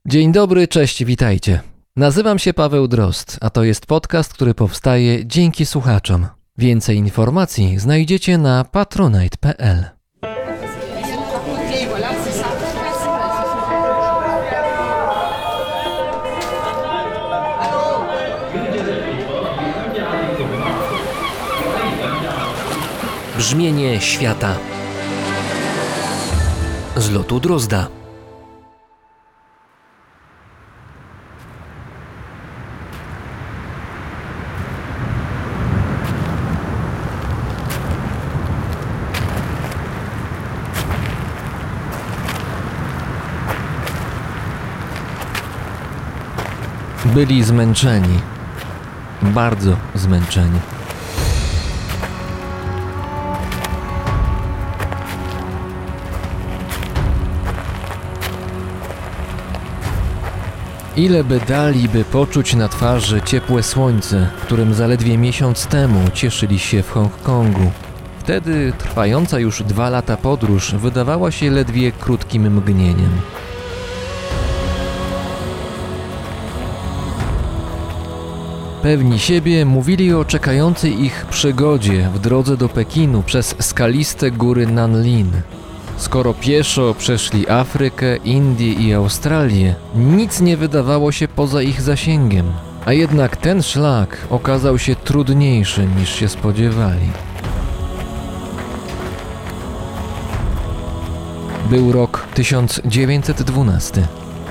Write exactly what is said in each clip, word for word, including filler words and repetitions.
Dzień dobry, cześć, witajcie. Nazywam się Paweł Drozd, a to jest podcast, który powstaje dzięki słuchaczom. Więcej informacji znajdziecie na patronite kropka p l. Brzmienie świata z lotu Drozda. Byli zmęczeni, bardzo zmęczeni. Ile by dali, by poczuć na twarzy ciepłe słońce, którym zaledwie miesiąc temu cieszyli się w Hongkongu. Wtedy trwająca już dwa lata podróż wydawała się ledwie krótkim mgnieniem. Pewni siebie mówili o czekającej ich przygodzie w drodze do Pekinu przez skaliste góry Nanlin. Skoro pieszo przeszli Afrykę, Indię i Australię, nic nie wydawało się poza ich zasięgiem. A jednak ten szlak okazał się trudniejszy niż się spodziewali. Był rok tysiąc dziewięćset dwunasty.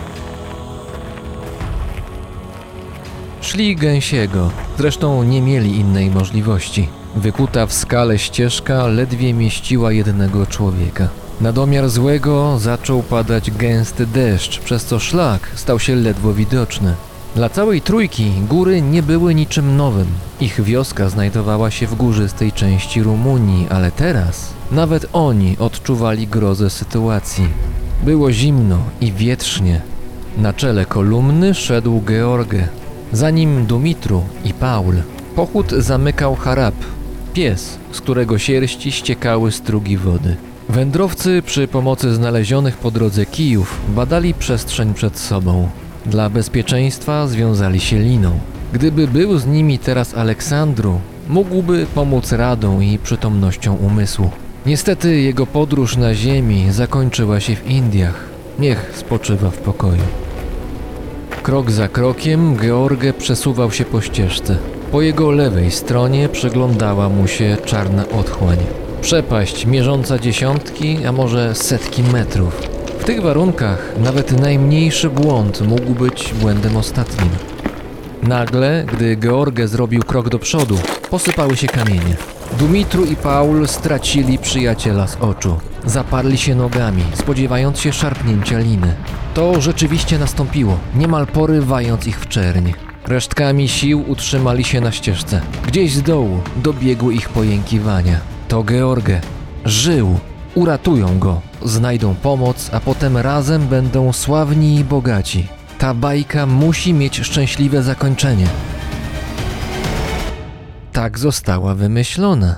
Szli gęsiego, zresztą nie mieli innej możliwości. Wykuta w skale ścieżka ledwie mieściła jednego człowieka. Na domiar złego zaczął padać gęsty deszcz, przez co szlak stał się ledwo widoczny. Dla całej trójki góry nie były niczym nowym. Ich wioska znajdowała się w górzystej części Rumunii, ale teraz nawet oni odczuwali grozę sytuacji. Było zimno i wietrznie. Na czele kolumny szedł George, za nim Dumitru i Paul. Pochód zamykał Harap, pies, z którego sierści ściekały strugi wody. Wędrowcy przy pomocy znalezionych po drodze kijów badali przestrzeń przed sobą. Dla bezpieczeństwa związali się liną. Gdyby był z nimi teraz Aleksandru, mógłby pomóc radą i przytomnością umysłu. Niestety jego podróż na ziemi zakończyła się w Indiach. Niech spoczywa w pokoju. Krok za krokiem George przesuwał się po ścieżce. Po jego lewej stronie przyglądała mu się czarna otchłań. Przepaść mierząca dziesiątki, a może setki metrów. W tych warunkach nawet najmniejszy błąd mógł być błędem ostatnim. Nagle, gdy George zrobił krok do przodu, posypały się kamienie. Dumitru i Paul stracili przyjaciela z oczu. Zaparli się nogami, spodziewając się szarpnięcia liny. To rzeczywiście nastąpiło, niemal porywając ich w czerń. Resztkami sił utrzymali się na ścieżce. Gdzieś z dołu dobiegły ich pojękiwania. To George. Żył. Uratują go. Znajdą pomoc, a potem razem będą sławni i bogaci. Ta bajka musi mieć szczęśliwe zakończenie. Tak została wymyślona.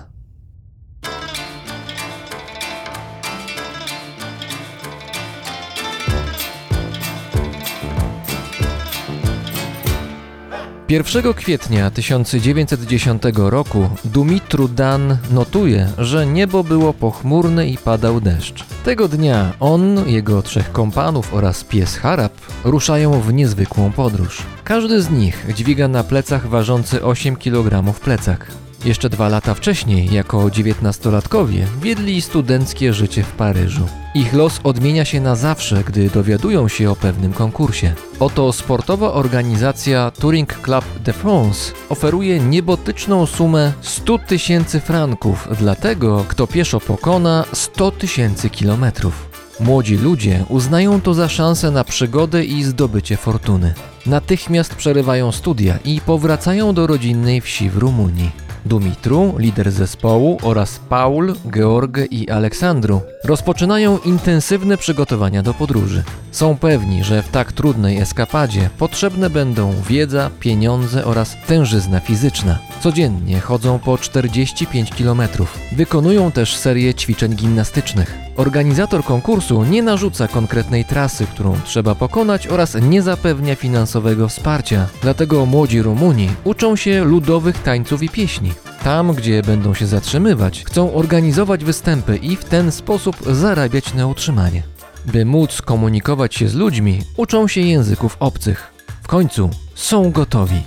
pierwszego kwietnia tysiąc dziewięćset dziesiątego roku Dumitru Dan notuje, że niebo było pochmurne i padał deszcz. Tego dnia on, jego trzech kompanów oraz pies Harap ruszają w niezwykłą podróż. Każdy z nich dźwiga na plecach ważący osiem kilogramów plecak. Jeszcze dwa lata wcześniej, jako dziewiętnastolatkowie, wiedli studenckie życie w Paryżu. Ich los odmienia się na zawsze, gdy dowiadują się o pewnym konkursie. Oto sportowa organizacja Touring Club de France oferuje niebotyczną sumę sto tysięcy franków dla tego, kto pieszo pokona sto tysięcy kilometrów. Młodzi ludzie uznają to za szansę na przygodę i zdobycie fortuny. Natychmiast przerywają studia i powracają do rodzinnej wsi w Rumunii. Dumitru, lider zespołu, oraz Paul, George i Aleksandru rozpoczynają intensywne przygotowania do podróży. Są pewni, że w tak trudnej eskapadzie potrzebne będą wiedza, pieniądze oraz tężyzna fizyczna. Codziennie chodzą po czterdzieści pięć kilometrów. Wykonują też serię ćwiczeń gimnastycznych. Organizator konkursu nie narzuca konkretnej trasy, którą trzeba pokonać oraz nie zapewnia finansowego wsparcia. Dlatego młodzi Rumuni uczą się ludowych tańców i pieśni. Tam, gdzie będą się zatrzymywać, chcą organizować występy i w ten sposób zarabiać na utrzymanie. By móc komunikować się z ludźmi, uczą się języków obcych. W końcu są gotowi.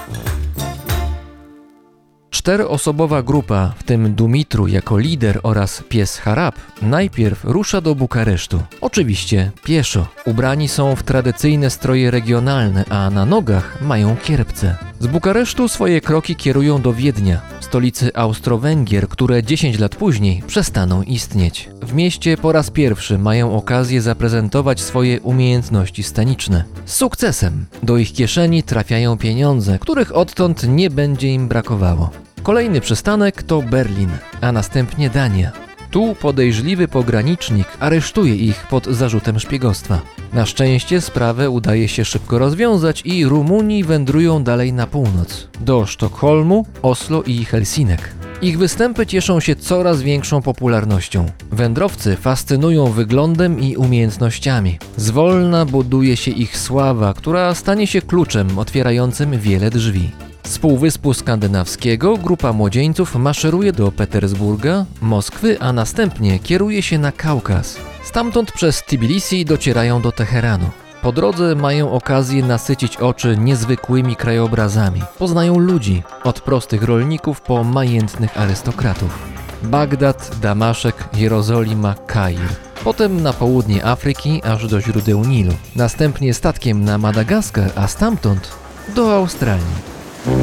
Czteroosobowa grupa, w tym Dumitru jako lider oraz pies Harap, najpierw rusza do Bukaresztu. Oczywiście pieszo. Ubrani są w tradycyjne stroje regionalne, a na nogach mają kierpce. Z Bukaresztu swoje kroki kierują do Wiednia, stolicy Austro-Węgier, które dziesięć lat później przestaną istnieć. W mieście po raz pierwszy mają okazję zaprezentować swoje umiejętności sceniczne. Z sukcesem. Do ich kieszeni trafiają pieniądze, których odtąd nie będzie im brakowało. Kolejny przystanek to Berlin, a następnie Dania. Tu podejrzliwy pogranicznik aresztuje ich pod zarzutem szpiegostwa. Na szczęście sprawę udaje się szybko rozwiązać i Rumuni wędrują dalej na północ, do Sztokholmu, Oslo i Helsinek. Ich występy cieszą się coraz większą popularnością. Wędrowcy fascynują wyglądem i umiejętnościami. Zwolna buduje się ich sława, która stanie się kluczem otwierającym wiele drzwi. Z Półwyspu Skandynawskiego grupa młodzieńców maszeruje do Petersburga, Moskwy, a następnie kieruje się na Kaukaz. Stamtąd przez Tbilisi docierają do Teheranu. Po drodze mają okazję nasycić oczy niezwykłymi krajobrazami. Poznają ludzi, od prostych rolników po majętnych arystokratów. Bagdad, Damaszek, Jerozolima, Kair. Potem na południe Afryki aż do źródeł Nilu. Następnie statkiem na Madagaskar, a stamtąd do Australii.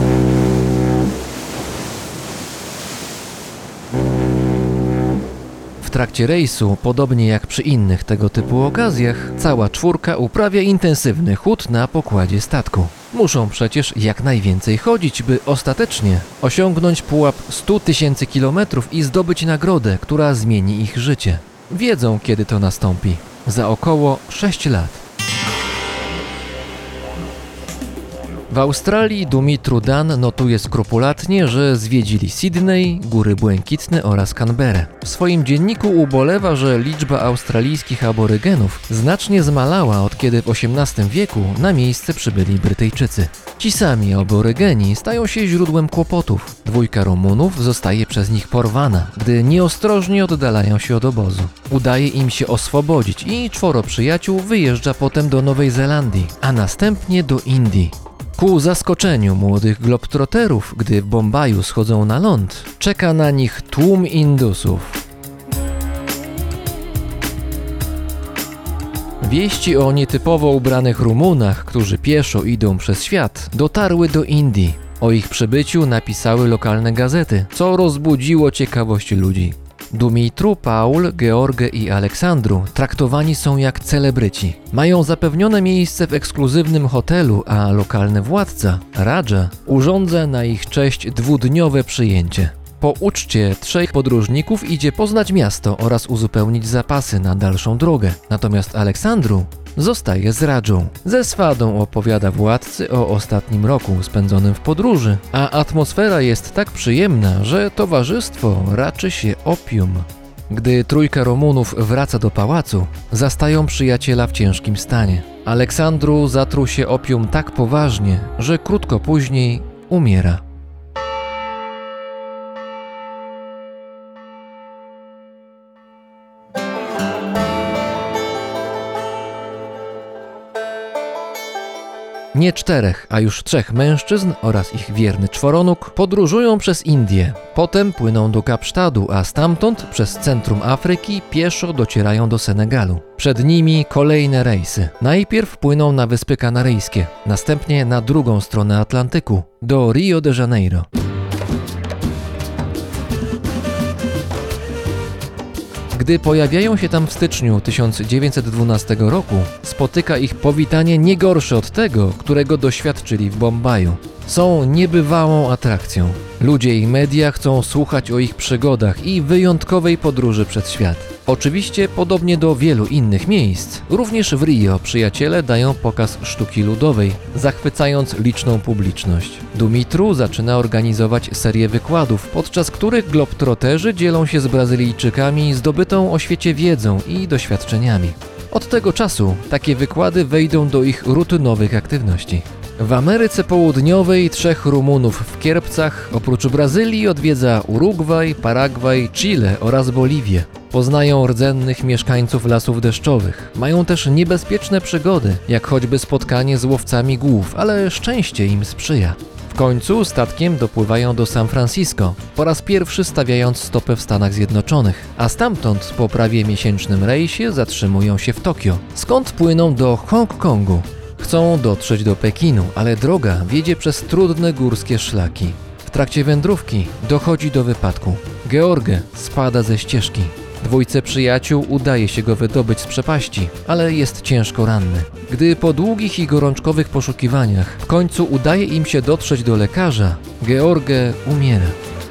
W trakcie rejsu, podobnie jak przy innych tego typu okazjach, cała czwórka uprawia intensywny chód na pokładzie statku. Muszą przecież jak najwięcej chodzić, by ostatecznie osiągnąć pułap stu tysięcy kilometrów i zdobyć nagrodę, która zmieni ich życie. Wiedzą, kiedy to nastąpi. Za około sześć lat. W Australii Dumitru Dan notuje skrupulatnie, że zwiedzili Sydney, Góry Błękitne oraz Canberrę. W swoim dzienniku ubolewa, że liczba australijskich aborygenów znacznie zmalała, od kiedy w osiemnastym wieku na miejsce przybyli Brytyjczycy. Ci sami aborygeni stają się źródłem kłopotów. Dwójka Rumunów zostaje przez nich porwana, gdy nieostrożnie oddalają się od obozu. Udaje im się oswobodzić i czworo przyjaciół wyjeżdża potem do Nowej Zelandii, a następnie do Indii. Ku zaskoczeniu młodych globtroterów, gdy w Bombaju schodzą na ląd, czeka na nich tłum Indusów. Wieści o nietypowo ubranych Rumunach, którzy pieszo idą przez świat, dotarły do Indii. O ich przybyciu napisały lokalne gazety, co rozbudziło ciekawość ludzi. Dumitru, Paul, George i Aleksandru traktowani są jak celebryci. Mają zapewnione miejsce w ekskluzywnym hotelu, a lokalny władca, Raja, urządza na ich cześć dwudniowe przyjęcie. Po uczcie trzech podróżników idzie poznać miasto oraz uzupełnić zapasy na dalszą drogę. Natomiast Aleksandru zostaje z Radżą. Ze swadą opowiada władcy o ostatnim roku spędzonym w podróży, a atmosfera jest tak przyjemna, że towarzystwo raczy się opium. Gdy trójka Rumunów wraca do pałacu, zastają przyjaciela w ciężkim stanie. Aleksandru zatruł się opium tak poważnie, że krótko później umiera. Nie czterech, a już trzech mężczyzn oraz ich wierny czworonóg podróżują przez Indię. Potem płyną do Kapsztadu, a stamtąd przez centrum Afryki pieszo docierają do Senegalu. Przed nimi kolejne rejsy. Najpierw płyną na Wyspy Kanaryjskie, następnie na drugą stronę Atlantyku, do Rio de Janeiro. Gdy pojawiają się tam w styczniu tysiąc dziewięćset dwunastego roku, spotyka ich powitanie nie gorsze od tego, którego doświadczyli w Bombaju. Są niebywałą atrakcją. Ludzie i media chcą słuchać o ich przygodach i wyjątkowej podróży przed świat. Oczywiście, podobnie do wielu innych miejsc, również w Rio przyjaciele dają pokaz sztuki ludowej, zachwycając liczną publiczność. Dumitru zaczyna organizować serię wykładów, podczas których globtroterzy dzielą się z Brazylijczykami zdobytą o świecie wiedzą i doświadczeniami. Od tego czasu takie wykłady wejdą do ich rutynowych aktywności. W Ameryce Południowej trzech Rumunów w Kierpcach oprócz Brazylii odwiedza Urugwaj, Paragwaj, Chile oraz Boliwię. Poznają rdzennych mieszkańców lasów deszczowych. Mają też niebezpieczne przygody, jak choćby spotkanie z łowcami głów, ale szczęście im sprzyja. W końcu statkiem dopływają do San Francisco, po raz pierwszy stawiając stopę w Stanach Zjednoczonych, a stamtąd po prawie miesięcznym rejsie zatrzymują się w Tokio, skąd płyną do Hongkongu. Chcą dotrzeć do Pekinu, ale droga wiedzie przez trudne górskie szlaki. W trakcie wędrówki dochodzi do wypadku. George spada ze ścieżki. Dwójce przyjaciół udaje się go wydobyć z przepaści, ale jest ciężko ranny. Gdy po długich i gorączkowych poszukiwaniach w końcu udaje im się dotrzeć do lekarza, George umiera.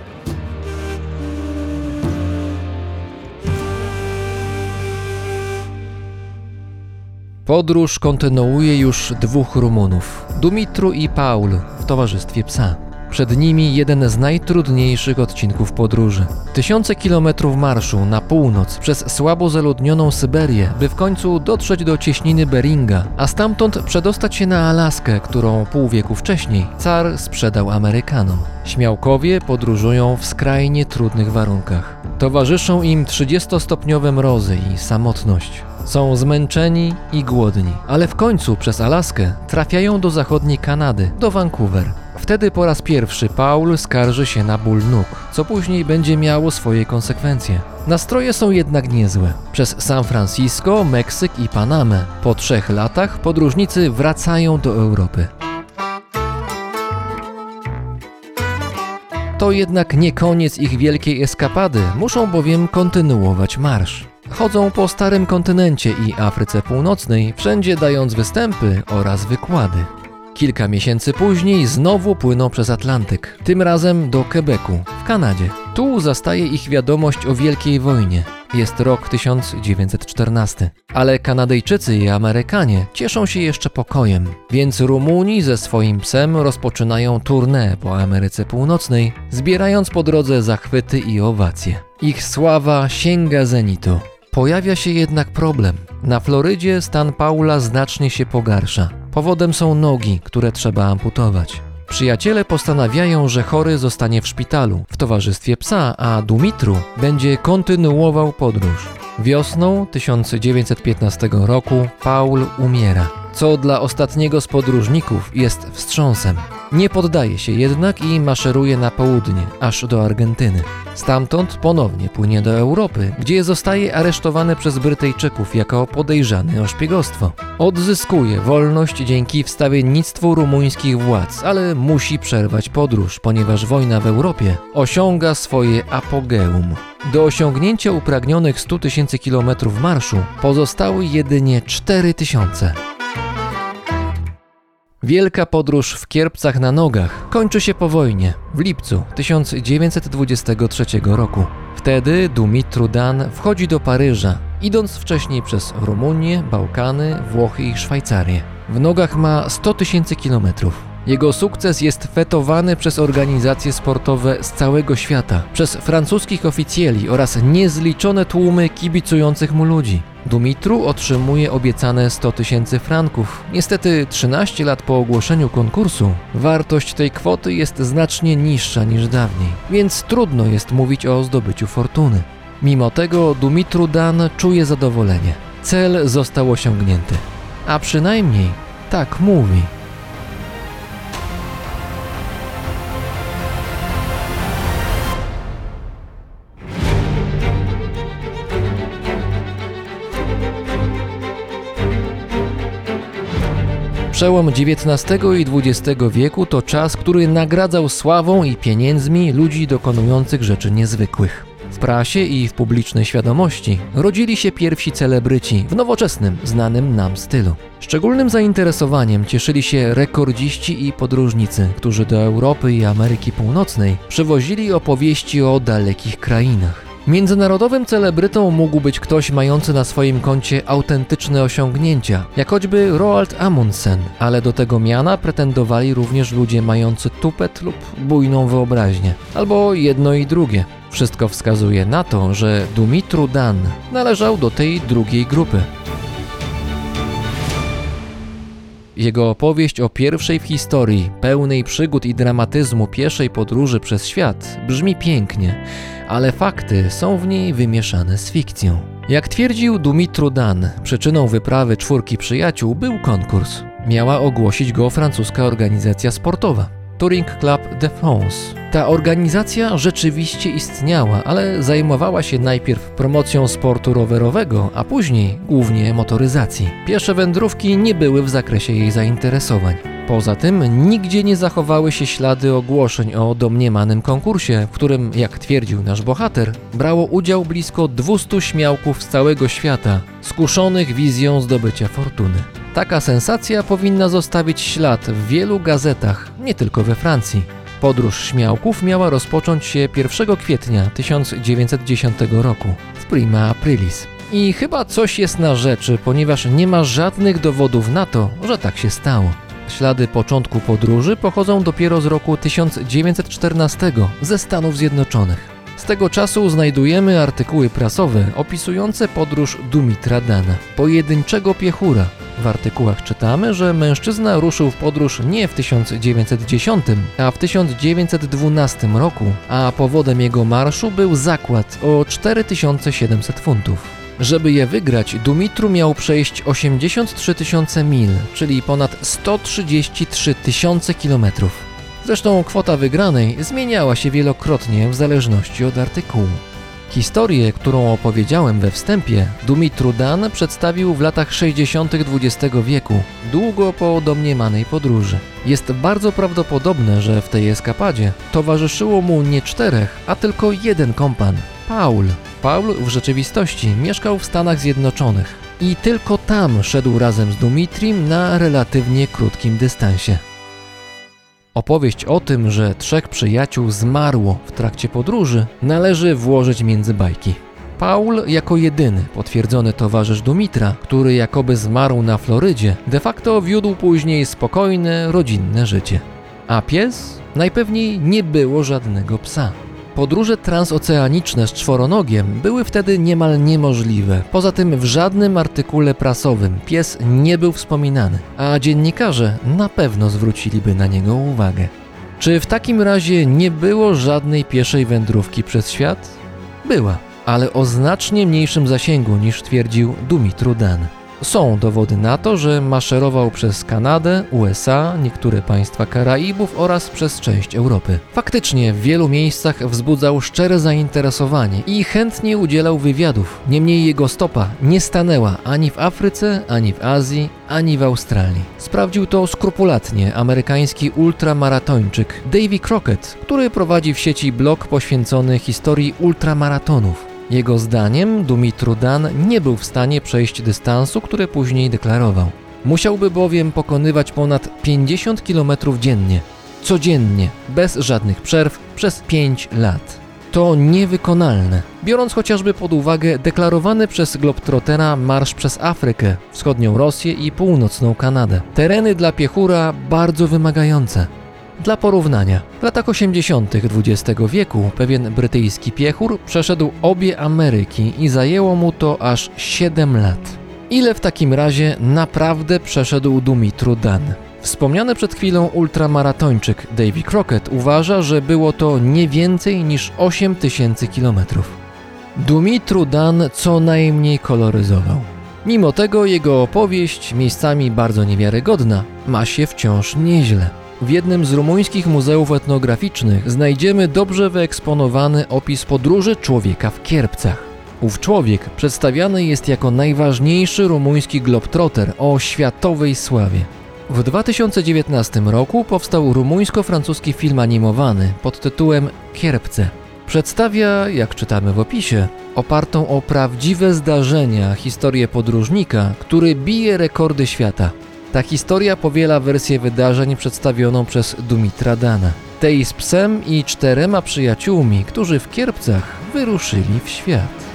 Podróż kontynuuje już dwóch Rumunów, Dumitru i Paul, w towarzystwie psa. Przed nimi jeden z najtrudniejszych odcinków podróży. Tysiące kilometrów marszu na północ przez słabo zaludnioną Syberię, by w końcu dotrzeć do cieśniny Beringa, a stamtąd przedostać się na Alaskę, którą pół wieku wcześniej car sprzedał Amerykanom. Śmiałkowie podróżują w skrajnie trudnych warunkach. Towarzyszą im trzydziestostopniowe mrozy i samotność. Są zmęczeni i głodni, ale w końcu przez Alaskę trafiają do zachodniej Kanady, do Vancouver. Wtedy po raz pierwszy Paul skarży się na ból nóg, co później będzie miało swoje konsekwencje. Nastroje są jednak niezłe. Przez San Francisco, Meksyk i Panamę po trzech latach podróżnicy wracają do Europy. To jednak nie koniec ich wielkiej eskapady, muszą bowiem kontynuować marsz. Chodzą po starym kontynencie i Afryce Północnej, wszędzie dając występy oraz wykłady. Kilka miesięcy później znowu płyną przez Atlantyk, tym razem do Quebecu, w Kanadzie. Tu zastaje ich wiadomość o Wielkiej Wojnie. Jest rok tysiąc dziewięćset czternasty. Ale Kanadyjczycy i Amerykanie cieszą się jeszcze pokojem, więc Rumuni ze swoim psem rozpoczynają tournée po Ameryce Północnej, zbierając po drodze zachwyty i owacje. Ich sława sięga zenitu. Pojawia się jednak problem. Na Florydzie stan Paula znacznie się pogarsza. Powodem są nogi, które trzeba amputować. Przyjaciele postanawiają, że chory zostanie w szpitalu w towarzystwie psa, a Dumitru będzie kontynuował podróż. Wiosną tysiąc dziewięćset piętnastego roku Paul umiera, co dla ostatniego z podróżników jest wstrząsem. Nie poddaje się jednak i maszeruje na południe, aż do Argentyny. Stamtąd ponownie płynie do Europy, gdzie zostaje aresztowany przez Brytyjczyków jako podejrzany o szpiegostwo. Odzyskuje wolność dzięki wstawiennictwu rumuńskich władz, ale musi przerwać podróż, ponieważ wojna w Europie osiąga swoje apogeum. Do osiągnięcia upragnionych stu tysięcy kilometrów marszu pozostały jedynie cztery tysiące. Wielka podróż w Kierpcach na nogach kończy się po wojnie w lipcu tysiąc dziewięćset dwudziestego trzeciego roku. Wtedy Dumitru Dan wchodzi do Paryża, idąc wcześniej przez Rumunię, Bałkany, Włochy i Szwajcarię. W nogach ma sto tysięcy kilometrów. Jego sukces jest fetowany przez organizacje sportowe z całego świata, przez francuskich oficjeli oraz niezliczone tłumy kibicujących mu ludzi. Dumitru otrzymuje obiecane sto tysięcy franków. Niestety trzynaście lat po ogłoszeniu konkursu wartość tej kwoty jest znacznie niższa niż dawniej, więc trudno jest mówić o zdobyciu fortuny. Mimo tego Dumitru Dan czuje zadowolenie. Cel został osiągnięty. A przynajmniej tak mówi. Przełom dziewiętnastego i dwudziestego wieku to czas, który nagradzał sławą i pieniędzmi ludzi dokonujących rzeczy niezwykłych. W prasie i w publicznej świadomości rodzili się pierwsi celebryci w nowoczesnym, znanym nam stylu. Szczególnym zainteresowaniem cieszyli się rekordziści i podróżnicy, którzy do Europy i Ameryki Północnej przywozili opowieści o dalekich krainach. Międzynarodowym celebrytą mógł być ktoś mający na swoim koncie autentyczne osiągnięcia, jak choćby Roald Amundsen, ale do tego miana pretendowali również ludzie mający tupet lub bujną wyobraźnię, albo jedno i drugie. Wszystko wskazuje na to, że Dumitru Dan należał do tej drugiej grupy. Jego opowieść o pierwszej w historii, pełnej przygód i dramatyzmu pieszej podróży przez świat brzmi pięknie, ale fakty są w niej wymieszane z fikcją. Jak twierdził Dumitru Dan, przyczyną wyprawy czwórki przyjaciół był konkurs. Miała ogłosić go francuska organizacja sportowa, Touring Club de France. Ta organizacja rzeczywiście istniała, ale zajmowała się najpierw promocją sportu rowerowego, a później głównie motoryzacji. Piesze wędrówki nie były w zakresie jej zainteresowań. Poza tym nigdzie nie zachowały się ślady ogłoszeń o domniemanym konkursie, w którym, jak twierdził nasz bohater, brało udział blisko dwustu śmiałków z całego świata, skuszonych wizją zdobycia fortuny. Taka sensacja powinna zostawić ślad w wielu gazetach, nie tylko we Francji. Podróż śmiałków miała rozpocząć się pierwszego kwietnia tysiąc dziewięćset dziesiątego roku, w Prima Aprilis. I chyba coś jest na rzeczy, ponieważ nie ma żadnych dowodów na to, że tak się stało. Ślady początku podróży pochodzą dopiero z roku tysiąc dziewięćset czternastego ze Stanów Zjednoczonych. Z tego czasu znajdujemy artykuły prasowe opisujące podróż Dumitra Dana, pojedynczego piechura. W artykułach czytamy, że mężczyzna ruszył w podróż nie w tysiąc dziewięćset dziesiątym, a w tysiąc dziewięćset dwunastym roku, a powodem jego marszu był zakład o cztery tysiące siedemset funtów. Żeby je wygrać, Dumitru miał przejść osiemdziesiąt trzy tysiące mil, czyli ponad sto trzydzieści trzy tysiące kilometrów. Zresztą kwota wygranej zmieniała się wielokrotnie w zależności od artykułu. Historię, którą opowiedziałem we wstępie, Dumitru Dan przedstawił w latach sześćdziesiątych dwudziestego wieku, długo po domniemanej podróży. Jest bardzo prawdopodobne, że w tej eskapadzie towarzyszyło mu nie czterech, a tylko jeden kompan – Paul. Paul w rzeczywistości mieszkał w Stanach Zjednoczonych i tylko tam szedł razem z Dumitrim na relatywnie krótkim dystansie. Opowieść o tym, że trzech przyjaciół zmarło w trakcie podróży, należy włożyć między bajki. Paul jako jedyny potwierdzony towarzysz Dumitra, który jakoby zmarł na Florydzie, de facto wiódł później spokojne, rodzinne życie. A pies? Najpewniej nie było żadnego psa. Podróże transoceaniczne z czworonogiem były wtedy niemal niemożliwe. Poza tym w żadnym artykule prasowym pies nie był wspominany, a dziennikarze na pewno zwróciliby na niego uwagę. Czy w takim razie nie było żadnej pieszej wędrówki przez świat? Była, ale o znacznie mniejszym zasięgu niż twierdził Dumitru Dan. Są dowody na to, że maszerował przez Kanadę, U S A, niektóre państwa Karaibów oraz przez część Europy. Faktycznie w wielu miejscach wzbudzał szczere zainteresowanie i chętnie udzielał wywiadów. Niemniej jego stopa nie stanęła ani w Afryce, ani w Azji, ani w Australii. Sprawdził to skrupulatnie amerykański ultramaratończyk Davy Crockett, który prowadzi w sieci blog poświęcony historii ultramaratonów. Jego zdaniem Dumitru Dan nie był w stanie przejść dystansu, który później deklarował. Musiałby bowiem pokonywać ponad pięćdziesiąt kilometrów dziennie, codziennie, bez żadnych przerw, przez pięć lat. To niewykonalne, biorąc chociażby pod uwagę deklarowany przez Globetrottera marsz przez Afrykę, wschodnią Rosję i północną Kanadę. Tereny dla piechura bardzo wymagające. Dla porównania, w latach osiemdziesiątych dwudziestego wieku pewien brytyjski piechur przeszedł obie Ameryki i zajęło mu to aż siedem lat. Ile w takim razie naprawdę przeszedł Dumitru Dan? Wspomniany przed chwilą ultramaratończyk Davy Crockett uważa, że było to nie więcej niż osiem tysięcy kilometrów. Dumitru Dan co najmniej koloryzował. Mimo tego jego opowieść, miejscami bardzo niewiarygodna, ma się wciąż nieźle. W jednym z rumuńskich muzeów etnograficznych znajdziemy dobrze wyeksponowany opis podróży człowieka w kierpcach. Ów człowiek przedstawiany jest jako najważniejszy rumuński globetrotter o światowej sławie. W dwa tysiące dziewiętnastym roku powstał rumuńsko-francuski film animowany pod tytułem Kierpce. Przedstawia, jak czytamy w opisie, opartą o prawdziwe zdarzenia historię podróżnika, który bije rekordy świata. Ta historia powiela wersję wydarzeń przedstawioną przez Dumitra Dana. Tej z psem i czterema przyjaciółmi, którzy w Kierpcach wyruszyli w świat.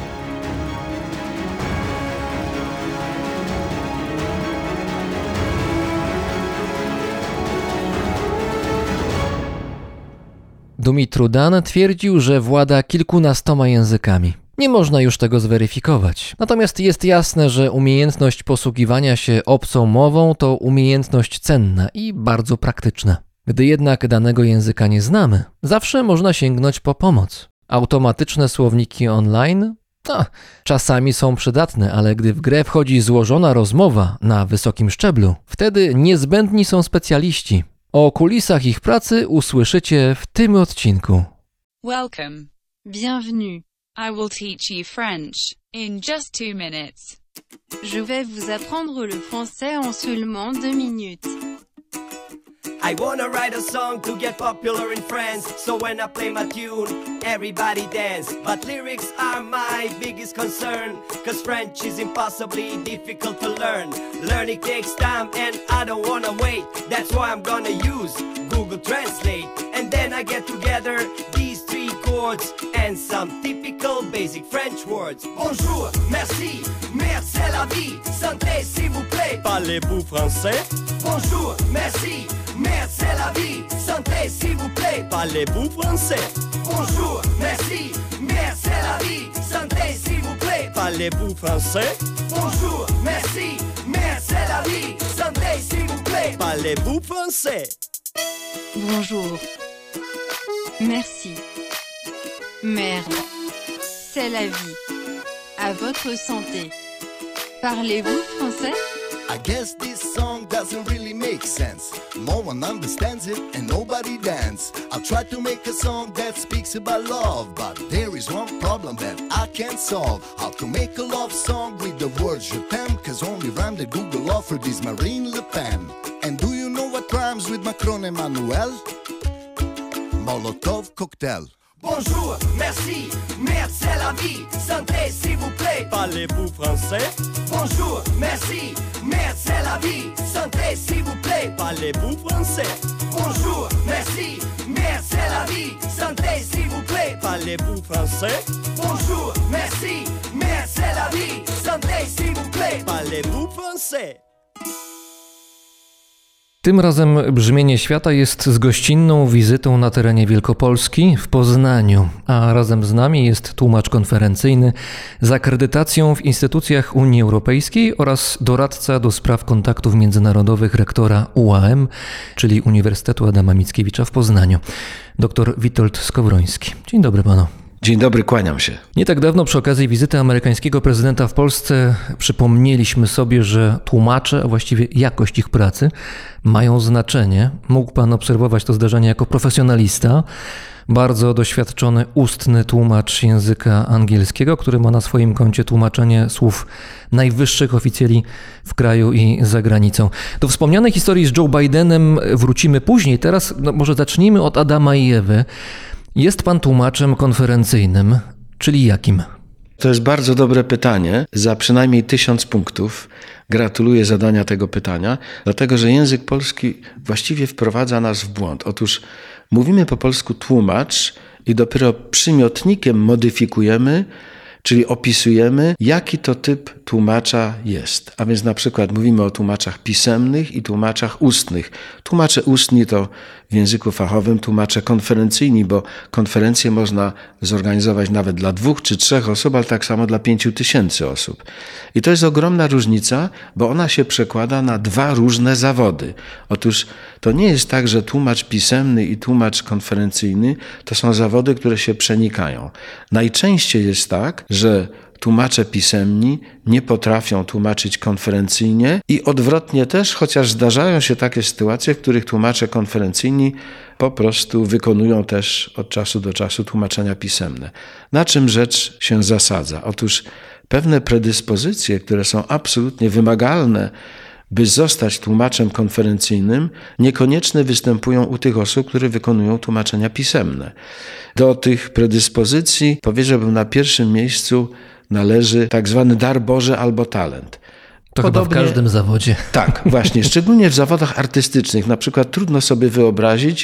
Dumitru Dan twierdził, że włada kilkunastoma językami. Nie można już tego zweryfikować. Natomiast jest jasne, że umiejętność posługiwania się obcą mową to umiejętność cenna i bardzo praktyczna. Gdy jednak danego języka nie znamy, zawsze można sięgnąć po pomoc. Automatyczne słowniki online? No, czasami są przydatne, ale gdy w grę wchodzi złożona rozmowa na wysokim szczeblu, wtedy niezbędni są specjaliści. O kulisach ich pracy usłyszycie w tym odcinku. Welcome. Bienvenue. I will teach you French in just two minutes. Je vais vous apprendre le français en seulement deux minutes. I wanna write a song to get popular in France, so when I play my tune, everybody dance. But lyrics are my biggest concern, cause French is impossibly difficult to learn. Learning takes time and I don't wanna wait, that's why I'm gonna use Google Translate. And then I get together these three chords and some typical basic French words. Bonjour, merci, merde c'est la vie, santé s'il vous plaît. Parlez-vous français? Bonjour, merci, merde c'est la vie, santé s'il vous plaît. Parlez-vous français? Bonjour, merci, merde c'est la vie, santé s'il vous plaît. Parlez-vous français? Bonjour, merci, merde c'est la vie, santé s'il vous plaît. Parlez-vous français? Bonjour. Merci. Merde. C'est la vie. À votre santé. Parlez-vous français? I guess this song doesn't really make sense. No one understands it and nobody dance. I'll try to make a song that speaks about love, but there is one problem that I can't solve. How to make a love song with the word je t'aime, cause only rhyme that Google offered is Marine Le Pen. And do you know what rhymes with Macron Emmanuel? Molotov cocktail. Bonjour, merci, merde c'est la vie, santé s'il vous plaît. Parlez-vous français? Bonjour, merci, merde c'est la vie, santé s'il vous plaît. Parlez-vous français? Bonjour, merci, merde c'est la vie, santé s'il vous plaît. Parlez-vous français? Bonjour, merci, merde c'est la vie, santé s'il vous plaît. Parlez-vous français? Tym razem Brzmienie Świata jest z gościnną wizytą na terenie Wielkopolski w Poznaniu, a razem z nami jest tłumacz konferencyjny z akredytacją w instytucjach Unii Europejskiej oraz doradca do spraw kontaktów międzynarodowych rektora U A M, czyli Uniwersytetu Adama Mickiewicza w Poznaniu, dr Witold Skowroński. Dzień dobry panu. Dzień dobry, kłaniam się. Nie tak dawno przy okazji wizyty amerykańskiego prezydenta w Polsce przypomnieliśmy sobie, że tłumacze, a właściwie jakość ich pracy mają znaczenie. Mógł pan obserwować to zdarzenie jako profesjonalista, bardzo doświadczony ustny tłumacz języka angielskiego, który ma na swoim koncie tłumaczenie słów najwyższych oficjeli w kraju i za granicą. Do wspomnianej historii z Joe Bidenem wrócimy później. Teraz no, może zacznijmy od Adama i Ewy. Jest pan tłumaczem konferencyjnym, czyli jakim? To jest bardzo dobre pytanie. Za przynajmniej tysiąc punktów gratuluję zadania tego pytania, dlatego że język polski właściwie wprowadza nas w błąd. Otóż mówimy po polsku tłumacz i dopiero przymiotnikiem modyfikujemy, czyli opisujemy, jaki to typ tłumacza jest. A więc na przykład mówimy o tłumaczach pisemnych i tłumaczach ustnych. Tłumacze ustni to w języku fachowym tłumacze konferencyjni, bo konferencje można zorganizować nawet dla dwóch czy trzech osób, ale tak samo dla pięciu tysięcy osób. I to jest ogromna różnica, bo ona się przekłada na dwa różne zawody. Otóż to nie jest tak, że tłumacz pisemny i tłumacz konferencyjny to są zawody, które się przenikają. Najczęściej jest tak, że tłumacze pisemni nie potrafią tłumaczyć konferencyjnie i odwrotnie też, chociaż zdarzają się takie sytuacje, w których tłumacze konferencyjni po prostu wykonują też od czasu do czasu tłumaczenia pisemne. Na czym rzecz się zasadza? Otóż pewne predyspozycje, które są absolutnie wymagalne by zostać tłumaczem konferencyjnym, niekonieczne występują u tych osób, które wykonują tłumaczenia pisemne. Do tych predyspozycji, powiedziałbym, na pierwszym miejscu należy tak zwany dar Boży albo talent. To Podobnie, chyba w każdym zawodzie. Tak, właśnie. Szczególnie w zawodach artystycznych. Na przykład trudno sobie wyobrazić,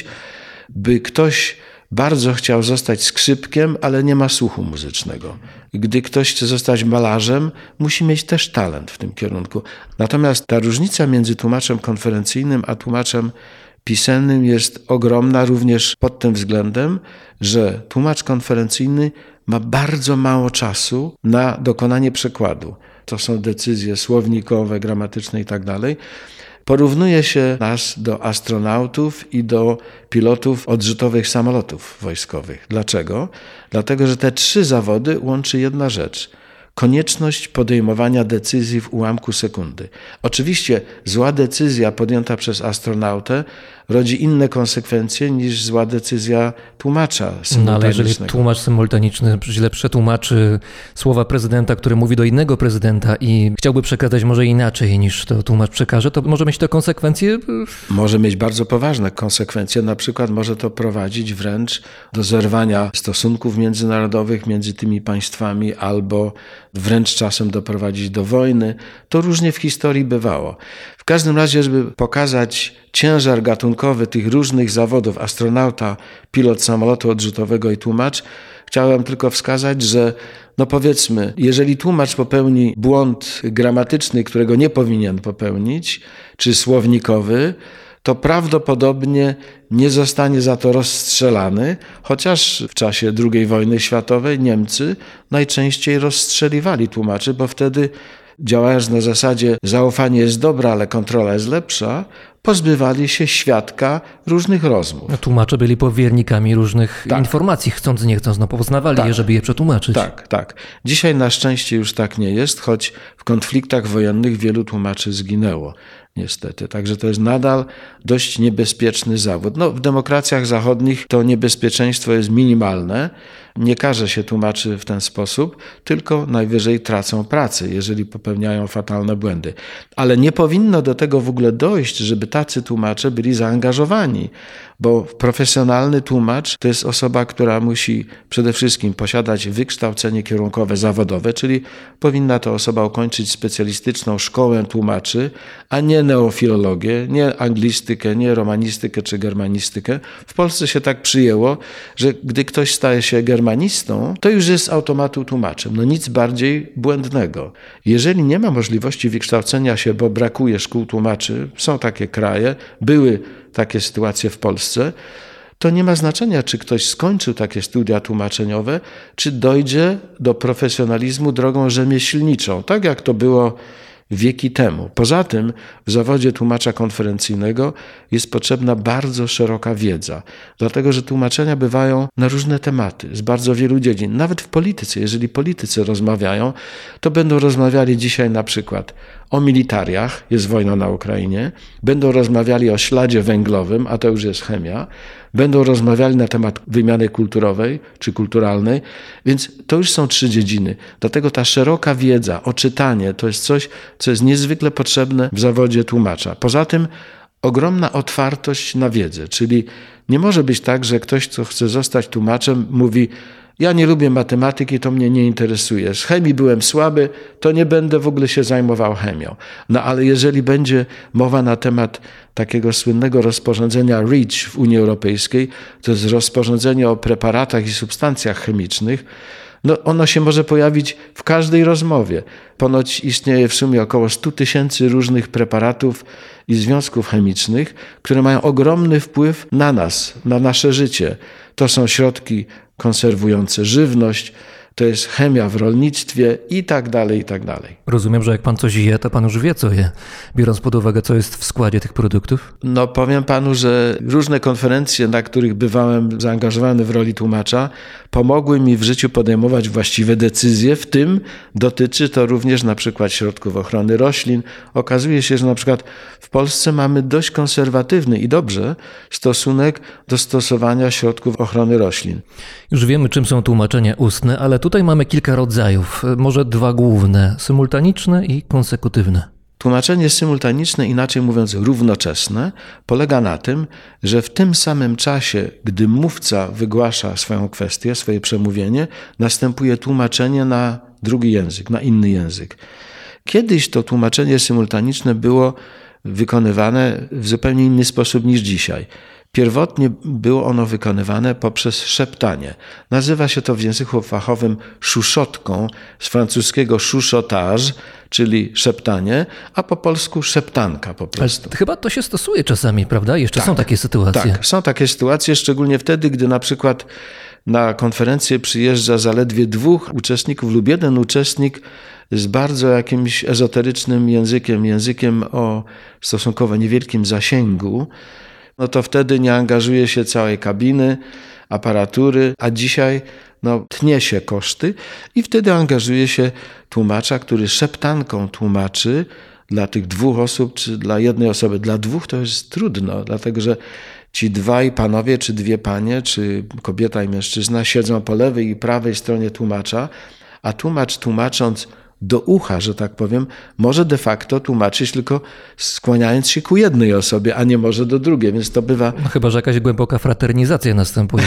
by ktoś bardzo chciał zostać skrzypkiem, ale nie ma słuchu muzycznego. Gdy ktoś chce zostać malarzem, musi mieć też talent w tym kierunku. Natomiast ta różnica między tłumaczem konferencyjnym a tłumaczem pisemnym jest ogromna również pod tym względem, że tłumacz konferencyjny ma bardzo mało czasu na dokonanie przekładu. To są decyzje słownikowe, gramatyczne i tak dalej. Porównuje się nas do astronautów i do pilotów odrzutowych samolotów wojskowych. Dlaczego? Dlatego, że te trzy zawody łączy jedna rzecz. Konieczność podejmowania decyzji w ułamku sekundy. Oczywiście zła decyzja podjęta przez astronautę rodzi inne konsekwencje niż zła decyzja tłumacza symultanicznego. No ale jeżeli tłumacz symultaniczny źle przetłumaczy słowa prezydenta, który mówi do innego prezydenta i chciałby przekazać może inaczej niż to tłumacz przekaże, to może mieć to konsekwencje? Może mieć bardzo poważne konsekwencje. Na przykład może to prowadzić wręcz do zerwania stosunków międzynarodowych między tymi państwami albo wręcz czasem doprowadzić do wojny. To różnie w historii bywało. W każdym razie, żeby pokazać ciężar gatunkowy tych różnych zawodów, astronauta, pilot samolotu odrzutowego i tłumacz, chciałem tylko wskazać, że no powiedzmy, jeżeli tłumacz popełni błąd gramatyczny, którego nie powinien popełnić, czy słownikowy, to prawdopodobnie nie zostanie za to rozstrzelany, chociaż w czasie drugiej wojny światowej Niemcy najczęściej rozstrzeliwali tłumaczy, bo wtedy, działając na zasadzie zaufanie jest dobre, ale kontrola jest lepsza, pozbywali się świadka różnych rozmów. No, tłumacze byli powiernikami różnych Tak. informacji, chcąc nie chcąc, no poznawali Tak. je, żeby je przetłumaczyć. Tak, tak. Dzisiaj na szczęście już tak nie jest, choć w konfliktach wojennych wielu tłumaczy zginęło. Niestety. Także to jest nadal dość niebezpieczny zawód. No, w demokracjach zachodnich to niebezpieczeństwo jest minimalne. Nie karze się tłumaczy w ten sposób, tylko najwyżej tracą pracę, jeżeli popełniają fatalne błędy. Ale nie powinno do tego w ogóle dojść, żeby tacy tłumacze byli zaangażowani, bo profesjonalny tłumacz to jest osoba, która musi przede wszystkim posiadać wykształcenie kierunkowe zawodowe, czyli powinna to osoba ukończyć specjalistyczną szkołę tłumaczy, a nie neofilologię, nie anglistykę, nie romanistykę czy germanistykę. W Polsce się tak przyjęło, że gdy ktoś staje się germanistą, to już jest z automatu tłumaczem. No nic bardziej błędnego. Jeżeli nie ma możliwości wykształcenia się, bo brakuje szkół tłumaczy, są takie kraje, były takie sytuacje w Polsce, to nie ma znaczenia, czy ktoś skończył takie studia tłumaczeniowe, czy dojdzie do profesjonalizmu drogą rzemieślniczą, tak jak to było wieki temu. Poza tym w zawodzie tłumacza konferencyjnego jest potrzebna bardzo szeroka wiedza, dlatego że tłumaczenia bywają na różne tematy, z bardzo wielu dziedzin. Nawet w polityce, jeżeli politycy rozmawiają, to będą rozmawiali dzisiaj na przykład o militariach, jest wojna na Ukrainie, będą rozmawiali o śladzie węglowym, a to już jest chemia, będą rozmawiali na temat wymiany kulturowej czy kulturalnej, więc to już są trzy dziedziny. Dlatego ta szeroka wiedza, oczytanie to jest coś, co jest niezwykle potrzebne w zawodzie tłumacza. Poza tym ogromna otwartość na wiedzę, czyli nie może być tak, że ktoś, kto chce zostać tłumaczem, mówi: ja nie lubię matematyki, to mnie nie interesuje. Z chemii byłem słaby, to nie będę w ogóle się zajmował chemią. No ale jeżeli będzie mowa na temat takiego słynnego rozporządzenia REACH w Unii Europejskiej, to jest rozporządzenie o preparatach i substancjach chemicznych, no ono się może pojawić w każdej rozmowie. Ponoć istnieje w sumie około sto tysięcy różnych preparatów i związków chemicznych, które mają ogromny wpływ na nas, na nasze życie. To są środki konserwujące żywność, to jest chemia w rolnictwie i tak dalej, i tak dalej. Rozumiem, że jak pan coś je, to pan już wie, co je, biorąc pod uwagę, co jest w składzie tych produktów? No powiem panu, że różne konferencje, na których bywałem zaangażowany w roli tłumacza, pomogły mi w życiu podejmować właściwe decyzje, w tym dotyczy to również na przykład środków ochrony roślin. Okazuje się, że na przykład w Polsce mamy dość konserwatywny i dobrze stosunek do stosowania środków ochrony roślin. Już wiemy, czym są tłumaczenia ustne, ale tutaj mamy kilka rodzajów, może dwa główne, symultaniczne i konsekutywne. Tłumaczenie symultaniczne, inaczej mówiąc równoczesne, polega na tym, że w tym samym czasie, gdy mówca wygłasza swoją kwestię, swoje przemówienie, następuje tłumaczenie na drugi język, na inny język. Kiedyś to tłumaczenie symultaniczne było wykonywane w zupełnie inny sposób niż dzisiaj. Pierwotnie było ono wykonywane poprzez szeptanie. Nazywa się to w języku fachowym szuszotką, z francuskiego chuchotage, czyli szeptanie, a po polsku szeptanka po prostu. Ale chyba to się stosuje czasami, prawda? Jeszcze Tak, są takie sytuacje. Tak, są takie sytuacje, szczególnie wtedy, gdy na przykład na konferencję przyjeżdża zaledwie dwóch uczestników lub jeden uczestnik z bardzo jakimś ezoterycznym językiem, językiem o stosunkowo niewielkim zasięgu, no to wtedy nie angażuje się całej kabiny, aparatury, a dzisiaj no, tnie się koszty i wtedy angażuje się tłumacza, który szeptanką tłumaczy dla tych dwóch osób, czy dla jednej osoby. Dla dwóch to jest trudno, dlatego że ci dwaj panowie, czy dwie panie, czy kobieta i mężczyzna siedzą po lewej i prawej stronie tłumacza, a tłumacz tłumacząc do ucha, że tak powiem, może de facto tłumaczyć tylko skłaniając się ku jednej osobie, a nie może do drugiej, więc to bywa... No, chyba że jakaś głęboka fraternizacja następuje.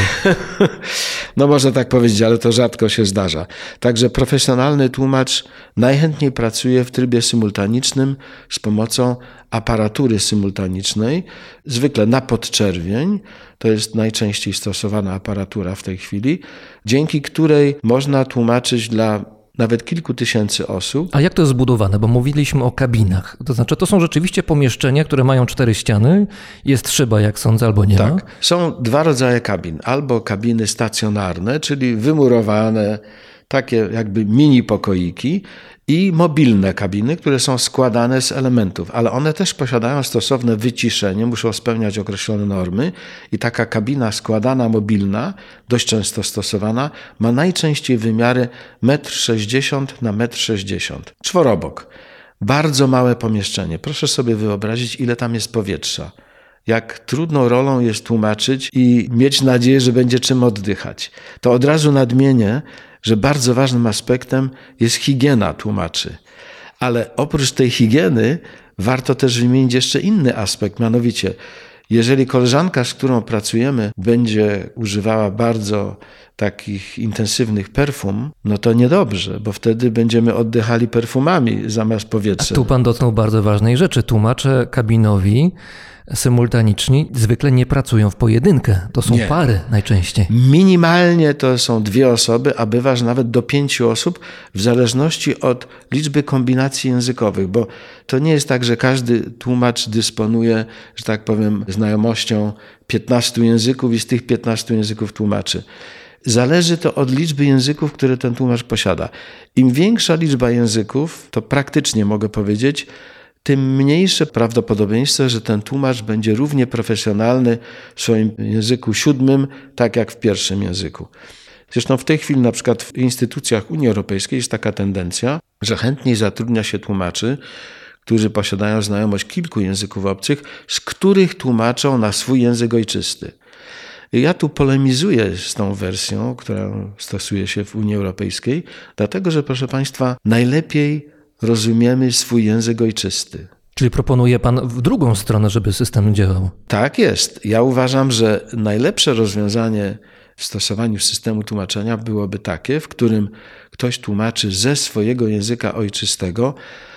No można tak powiedzieć, ale to rzadko się zdarza. Także profesjonalny tłumacz najchętniej pracuje w trybie symultanicznym z pomocą aparatury symultanicznej, zwykle na podczerwień, to jest najczęściej stosowana aparatura w tej chwili, dzięki której można tłumaczyć dla nawet kilku tysięcy osób. A jak to jest zbudowane? Bo mówiliśmy o kabinach. To znaczy, to są rzeczywiście pomieszczenia, które mają cztery ściany, jest szyba, jak sądzę, albo nie tak. ma? Są dwa rodzaje kabin. Albo kabiny stacjonarne, czyli wymurowane, takie jakby mini pokoiki, i mobilne kabiny, które są składane z elementów, ale one też posiadają stosowne wyciszenie, muszą spełniać określone normy i taka kabina składana, mobilna, dość często stosowana, ma najczęściej wymiary metr sześćdziesiąt na metr sześćdziesiąt. Czworobok. Bardzo małe pomieszczenie. Proszę sobie wyobrazić, ile tam jest powietrza. Jak trudną rolą jest tłumaczyć i mieć nadzieję, że będzie czym oddychać. To od razu nadmienię, że bardzo ważnym aspektem jest higiena tłumaczy. Ale oprócz tej higieny warto też wymienić jeszcze inny aspekt, mianowicie jeżeli koleżanka, z którą pracujemy, będzie używała bardzo takich intensywnych perfum, no to niedobrze, bo wtedy będziemy oddychali perfumami zamiast powietrza. Tu pan dotknął bardzo ważnej rzeczy. Tłumacze kabinowi symultaniczni zwykle nie pracują w pojedynkę. To są Nie. pary najczęściej. Minimalnie to są dwie osoby, a bywa, że nawet do pięciu osób, w zależności od liczby kombinacji językowych, bo to nie jest tak, że każdy tłumacz dysponuje, że tak powiem, znajomością piętnastu języków i z tych piętnastu języków tłumaczy. Zależy to od liczby języków, które ten tłumacz posiada. Im większa liczba języków, to praktycznie mogę powiedzieć, tym mniejsze prawdopodobieństwo, że ten tłumacz będzie równie profesjonalny w swoim języku siódmym, tak jak w pierwszym języku. Zresztą w tej chwili na przykład w instytucjach Unii Europejskiej jest taka tendencja, że chętniej zatrudnia się tłumaczy, którzy posiadają znajomość kilku języków obcych, z których tłumaczą na swój język ojczysty. Ja tu polemizuję z tą wersją, która stosuje się w Unii Europejskiej, dlatego że, proszę Państwa, najlepiej rozumiemy swój język ojczysty. Czyli proponuje pan w drugą stronę, żeby system działał. Tak jest. Ja uważam, że najlepsze rozwiązanie w stosowaniu systemu tłumaczenia byłoby takie, w którym ktoś tłumaczy ze swojego języka ojczystego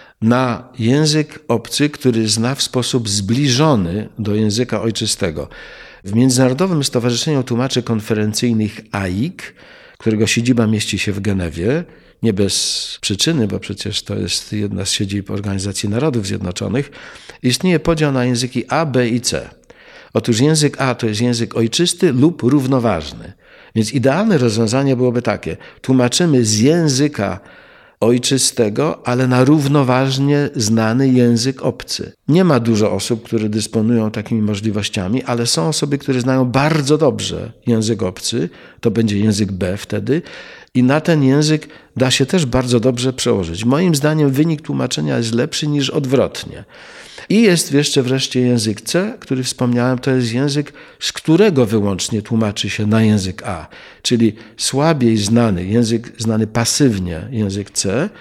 na język obcy, który zna w sposób zbliżony do języka ojczystego. W Międzynarodowym Stowarzyszeniu Tłumaczy Konferencyjnych A I K, którego siedziba mieści się w Genewie, nie bez przyczyny, bo przecież to jest jedna z siedzib Organizacji Narodów Zjednoczonych, istnieje podział na języki A, B i C. Otóż język A to jest język ojczysty lub równoważny. Więc idealne rozwiązanie byłoby takie. Tłumaczymy z języka ojczystego, ale na równoważnie znany język obcy. Nie ma dużo osób, które dysponują takimi możliwościami, ale są osoby, które znają bardzo dobrze język obcy, to będzie język B wtedy, i na ten język da się też bardzo dobrze przełożyć. Moim zdaniem wynik tłumaczenia jest lepszy niż odwrotnie. I jest jeszcze wreszcie język C, który wspomniałem, to jest język, z którego wyłącznie tłumaczy się na język A, czyli słabiej znany, język znany pasywnie, język C,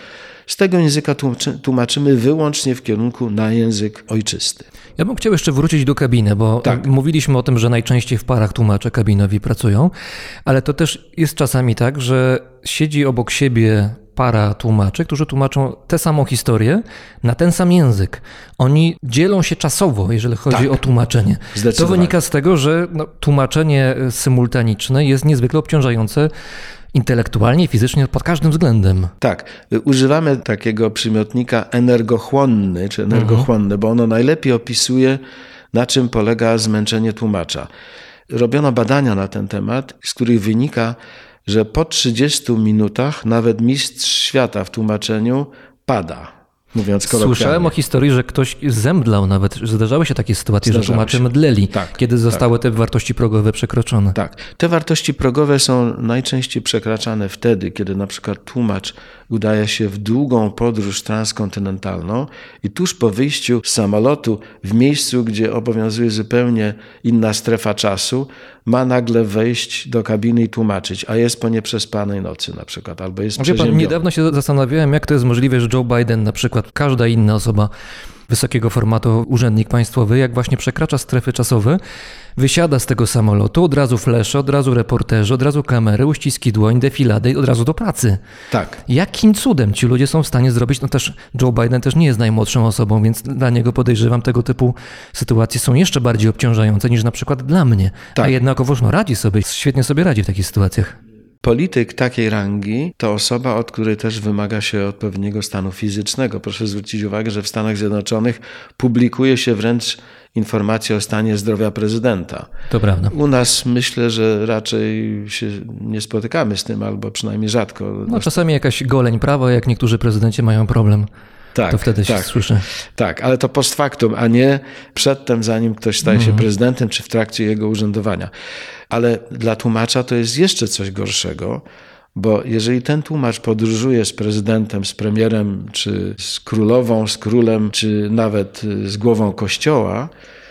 Z tego języka tłumaczy, tłumaczymy wyłącznie w kierunku na język ojczysty. Ja bym chciał jeszcze wrócić do kabiny, bo Tak. mówiliśmy o tym, że najczęściej w parach tłumacze kabinowi pracują, ale to też jest czasami tak, że siedzi obok siebie para tłumaczy, którzy tłumaczą tę samą historię na ten sam język. Oni dzielą się czasowo, jeżeli chodzi Tak. o tłumaczenie. To Zdecydowanie. wynika z tego, że no, tłumaczenie symultaniczne jest niezwykle obciążające intelektualnie i fizycznie pod każdym względem. Tak, używamy takiego przymiotnika energochłonny, czy energochłonny, bo ono najlepiej opisuje, na czym polega zmęczenie tłumacza. Robiono badania na ten temat, z których wynika, że po trzydziestu minutach nawet mistrz świata w tłumaczeniu pada, mówiąc kolokwialnie. Słyszałem o historii, że ktoś zemdlał nawet, że zdarzały się takie sytuacje, Zdarzały że tłumacze się. mdleli, Tak, kiedy zostały te wartości progowe przekroczone. Tak. Te wartości progowe są najczęściej przekraczane wtedy, kiedy na przykład tłumacz udaje się w długą podróż transkontynentalną i tuż po wyjściu z samolotu w miejscu, gdzie obowiązuje zupełnie inna strefa czasu, ma nagle wejść do kabiny i tłumaczyć, a jest po nieprzespanej nocy na przykład, albo jest Wie pan, przeziębiony. niedawno się zastanawiałem, jak to jest możliwe, że Joe Biden, na przykład każda inna osoba wysokiego formatu, urzędnik państwowy, jak właśnie przekracza strefy czasowe, wysiada z tego samolotu, od razu flesze, od razu reporterzy, od razu kamery, uściski dłoń, defilady i od razu do pracy. Tak. Jakim cudem ci ludzie są w stanie zrobić? No też Joe Biden też nie jest najmłodszą osobą, więc dla niego podejrzewam tego typu sytuacje są jeszcze bardziej obciążające niż na przykład dla mnie. Tak. A jednakowoż no, radzi sobie, świetnie sobie radzi w takich sytuacjach. Polityk takiej rangi to osoba, od której też wymaga się odpowiedniego stanu fizycznego. Proszę zwrócić uwagę, że w Stanach Zjednoczonych publikuje się wręcz informacje o stanie zdrowia prezydenta. To prawda. U nas myślę, że raczej się nie spotykamy z tym, albo przynajmniej rzadko. No czasami jakaś goleń prawa, jak niektórzy prezydenci mają problem, tak, to wtedy się tak, słyszy. Tak, ale to post factum, a nie przedtem, zanim ktoś staje się Mhm. prezydentem, czy w trakcie jego urzędowania. Ale dla tłumacza to jest jeszcze coś gorszego, bo jeżeli ten tłumacz podróżuje z prezydentem, z premierem, czy z królową, z królem, czy nawet z głową kościoła,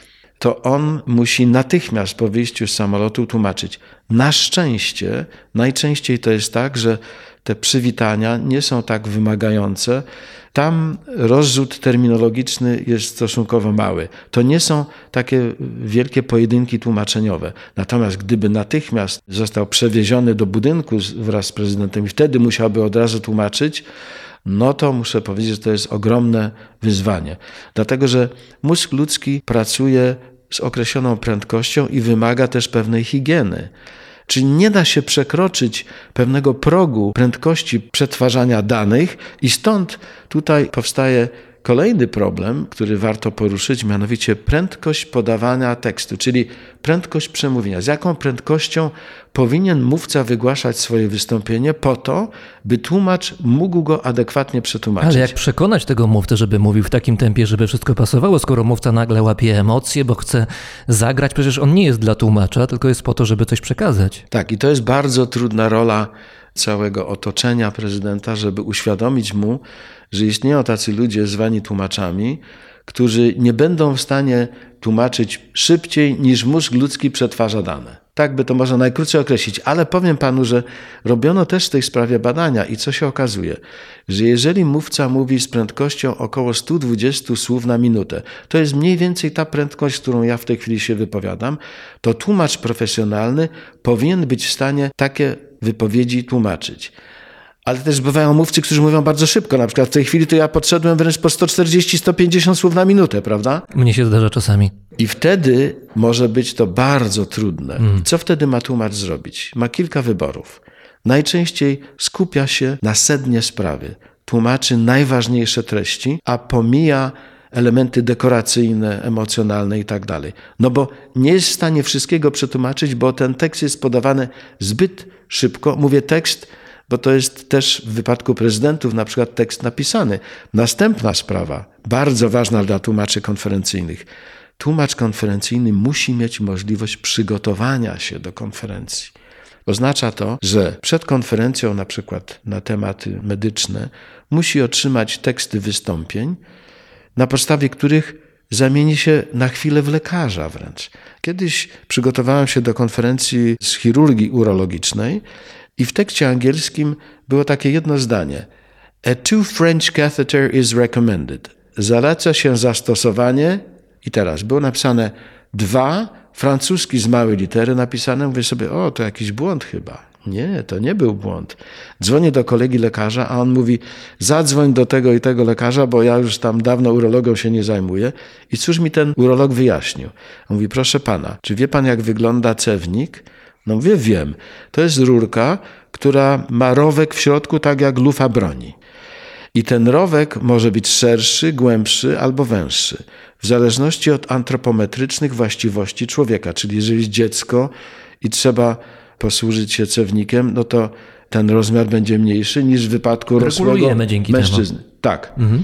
to on musi natychmiast po wyjściu z samolotu tłumaczyć. Na szczęście, najczęściej to jest tak, że te przywitania nie są tak wymagające. Tam rozrzut terminologiczny jest stosunkowo mały. To nie są takie wielkie pojedynki tłumaczeniowe. Natomiast gdyby natychmiast został przewieziony do budynku wraz z prezydentem i wtedy musiałby od razu tłumaczyć, no to muszę powiedzieć, że to jest ogromne wyzwanie. Dlatego, że mózg ludzki pracuje z określoną prędkością i wymaga też pewnej higieny. Czyli nie da się przekroczyć pewnego progu prędkości przetwarzania danych i stąd tutaj powstaje kolejny problem, który warto poruszyć, mianowicie prędkość podawania tekstu, czyli prędkość przemówienia. Z jaką prędkością powinien mówca wygłaszać swoje wystąpienie po to, by tłumacz mógł go adekwatnie przetłumaczyć. Ale jak przekonać tego mówcę, żeby mówił w takim tempie, żeby wszystko pasowało, skoro mówca nagle łapie emocje, bo chce zagrać? Przecież on nie jest dla tłumacza, tylko jest po to, żeby coś przekazać. Tak, i to jest bardzo trudna rola całego otoczenia prezydenta, żeby uświadomić mu, że istnieją tacy ludzie zwani tłumaczami, którzy nie będą w stanie tłumaczyć szybciej niż mózg ludzki przetwarza dane. Tak by to można najkrócej określić, ale powiem panu, że robiono też w tej sprawie badania i co się okazuje, że jeżeli mówca mówi z prędkością około sto dwadzieścia słów na minutę, to jest mniej więcej ta prędkość, którą ja w tej chwili się wypowiadam, to tłumacz profesjonalny powinien być w stanie takie wypowiedzi tłumaczyć. Ale też bywają mówcy, którzy mówią bardzo szybko. Na przykład w tej chwili to ja podszedłem wręcz po sto czterdzieści do stu pięćdziesięciu słów na minutę, prawda? Mnie się zdarza czasami. I wtedy może być to bardzo trudne. Mm. Co wtedy ma tłumacz zrobić? Ma kilka wyborów. Najczęściej skupia się na sednie sprawy. Tłumaczy najważniejsze treści, a pomija elementy dekoracyjne, emocjonalne i tak dalej. No bo nie jest w stanie wszystkiego przetłumaczyć, bo ten tekst jest podawany zbyt szybko. Mówię tekst, bo to jest też w wypadku prezydentów na przykład tekst napisany. Następna sprawa, bardzo ważna dla tłumaczy konferencyjnych. Tłumacz konferencyjny musi mieć możliwość przygotowania się do konferencji. Oznacza to, że przed konferencją na przykład na tematy medyczne musi otrzymać teksty wystąpień, na podstawie których zamieni się na chwilę w lekarza wręcz. Kiedyś przygotowałem się do konferencji z chirurgii urologicznej i w tekście angielskim było takie jedno zdanie. A two-French catheter is recommended. Zaleca się zastosowanie, i teraz było napisane dwa, francuski z małej litery napisane, mówię sobie, o, to jakiś błąd chyba. Nie, to nie był błąd. Dzwonię do kolegi lekarza, a on mówi, zadzwoń do tego i tego lekarza, bo ja już tam dawno urologą się nie zajmuję. I cóż mi ten urolog wyjaśnił? On mówi, proszę pana, czy wie pan, jak wygląda cewnik? No mówię, wiem. To jest rurka, która ma rowek w środku, tak jak lufa broni. I ten rowek może być szerszy, głębszy albo węższy, w zależności od antropometrycznych właściwości człowieka. Czyli jeżeli jest dziecko i trzeba posłużyć się cewnikiem, no to ten rozmiar będzie mniejszy niż w wypadku rosłego mężczyzny. Temu. Tak. Mhm.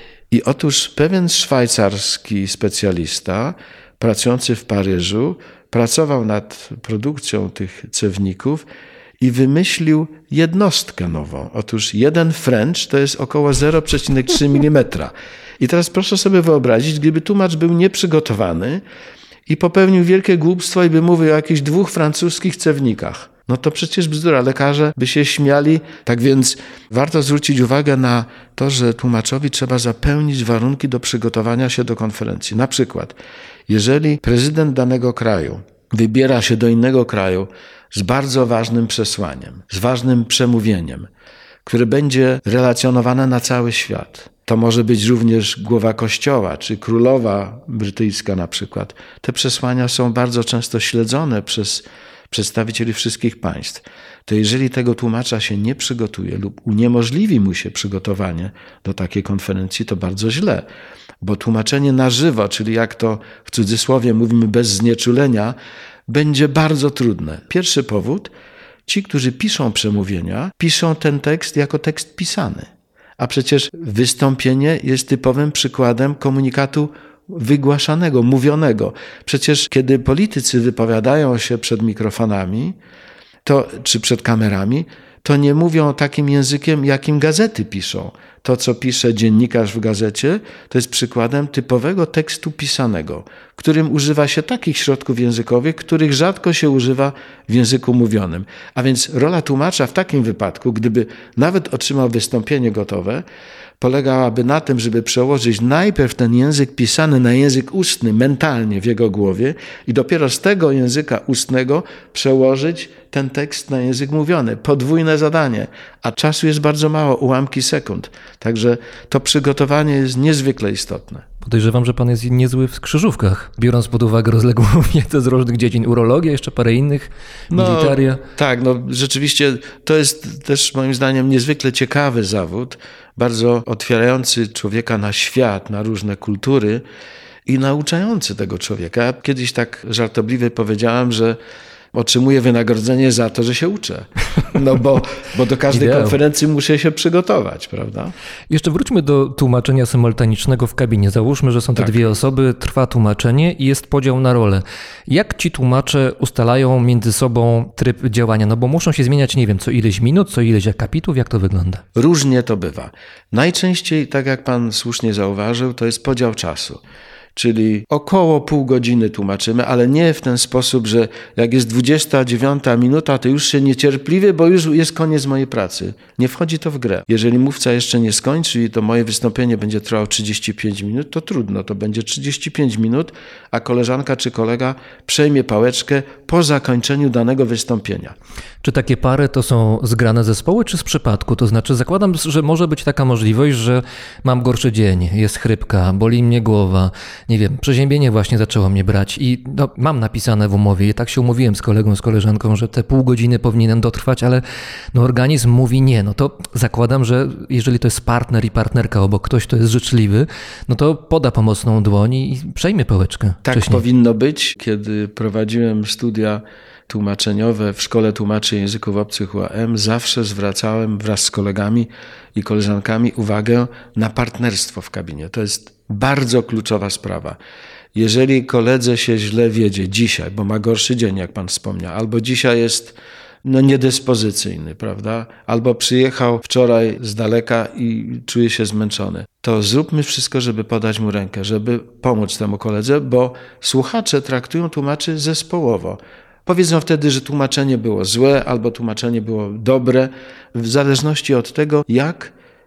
I otóż pewien szwajcarski specjalista pracujący w Paryżu pracował nad produkcją tych cewników i wymyślił jednostkę nową. Otóż jeden French to jest około zero przecinek trzy milimetra. I teraz proszę sobie wyobrazić, gdyby tłumacz był nieprzygotowany i popełnił wielkie głupstwo i by mówił o jakichś dwóch francuskich cewnikach. No to przecież bzdura, lekarze by się śmiali. Tak więc warto zwrócić uwagę na to, że tłumaczowi trzeba zapełnić warunki do przygotowania się do konferencji. Na przykład, jeżeli prezydent danego kraju wybiera się do innego kraju z bardzo ważnym przesłaniem, z ważnym przemówieniem, które będzie relacjonowane na cały świat. To może być również głowa kościoła, czy królowa brytyjska na przykład. Te przesłania są bardzo często śledzone przez przedstawicieli wszystkich państw. To jeżeli tego tłumacza się nie przygotuje lub uniemożliwi mu się przygotowanie do takiej konferencji, to bardzo źle. Bo tłumaczenie na żywo, czyli jak to w cudzysłowie mówimy bez znieczulenia, będzie bardzo trudne. Pierwszy powód, ci, którzy piszą przemówienia, piszą ten tekst jako tekst pisany. A przecież wystąpienie jest typowym przykładem komunikatu wygłaszanego, mówionego. Przecież kiedy politycy wypowiadają się przed mikrofonami, to, czy przed kamerami, to nie mówią takim językiem, jakim gazety piszą. To, co pisze dziennikarz w gazecie, to jest przykładem typowego tekstu pisanego, w którym używa się takich środków językowych, których rzadko się używa w języku mówionym. A więc rola tłumacza w takim wypadku, gdyby nawet otrzymał wystąpienie gotowe, polegałaby na tym, żeby przełożyć najpierw ten język pisany na język ustny mentalnie w jego głowie i dopiero z tego języka ustnego przełożyć ten tekst na język mówiony. Podwójne zadanie, a czasu jest bardzo mało, ułamki sekund. Także to przygotowanie jest niezwykle istotne. Podejrzewam, że pan jest niezły w krzyżówkach, biorąc pod uwagę rozległą wiedzę z różnych dziedzin. Urologia, jeszcze parę innych, militaria. No, tak, no rzeczywiście to jest też moim zdaniem niezwykle ciekawy zawód, bardzo otwierający człowieka na świat, na różne kultury i nauczający tego człowieka. Ja kiedyś tak żartobliwie powiedziałem, że otrzymuję wynagrodzenie za to, że się uczę. No bo, bo do każdej Ideał. konferencji muszę się przygotować, prawda? Jeszcze wróćmy do tłumaczenia symultanicznego w kabinie. Załóżmy, że są te Tak. dwie osoby, trwa tłumaczenie i jest podział na role. Jak ci tłumacze ustalają między sobą tryb działania? No bo muszą się zmieniać, nie wiem, co ileś minut, co ileś akapitów, jak to wygląda? Różnie to bywa. Najczęściej, tak jak pan słusznie zauważył, to jest podział czasu. Czyli około pół godziny tłumaczymy, ale nie w ten sposób, że jak jest dwudziesta dziewiąta minuta, to już się niecierpliwy, bo już jest koniec mojej pracy. Nie wchodzi to w grę. Jeżeli mówca jeszcze nie skończy i to moje wystąpienie będzie trwało trzydzieści pięć minut, to trudno, to będzie trzydzieści pięć minut, a koleżanka czy kolega przejmie pałeczkę po zakończeniu danego wystąpienia. Czy takie pary to są zgrane zespoły, czy z przypadku? To znaczy zakładam, że może być taka możliwość, że mam gorszy dzień, jest chrypka, boli mnie głowa, nie wiem, przeziębienie właśnie zaczęło mnie brać i no, mam napisane w umowie i tak się umówiłem z kolegą, z koleżanką, że te pół godziny powinienem dotrwać, ale no, organizm mówi nie. No to zakładam, że jeżeli to jest partner i partnerka obok, ktoś, kto jest życzliwy, no to poda pomocną dłoń i przejmie pałeczkę. Tak wcześniej. powinno być. Kiedy prowadziłem studia tłumaczeniowe w Szkole Tłumaczy Języków Obcych U A M, zawsze zwracałem wraz z kolegami i koleżankami uwagę na partnerstwo w kabinie. To jest bardzo kluczowa sprawa. Jeżeli koledze się źle wiedzie dzisiaj, bo ma gorszy dzień, jak pan wspomniał, albo dzisiaj jest no, niedyspozycyjny, prawda? Albo przyjechał wczoraj z daleka i czuje się zmęczony, to zróbmy wszystko, żeby podać mu rękę, żeby pomóc temu koledze, bo słuchacze traktują tłumaczy zespołowo. Powiedzą wtedy, że tłumaczenie było złe albo tłumaczenie było dobre, w zależności od tego, jak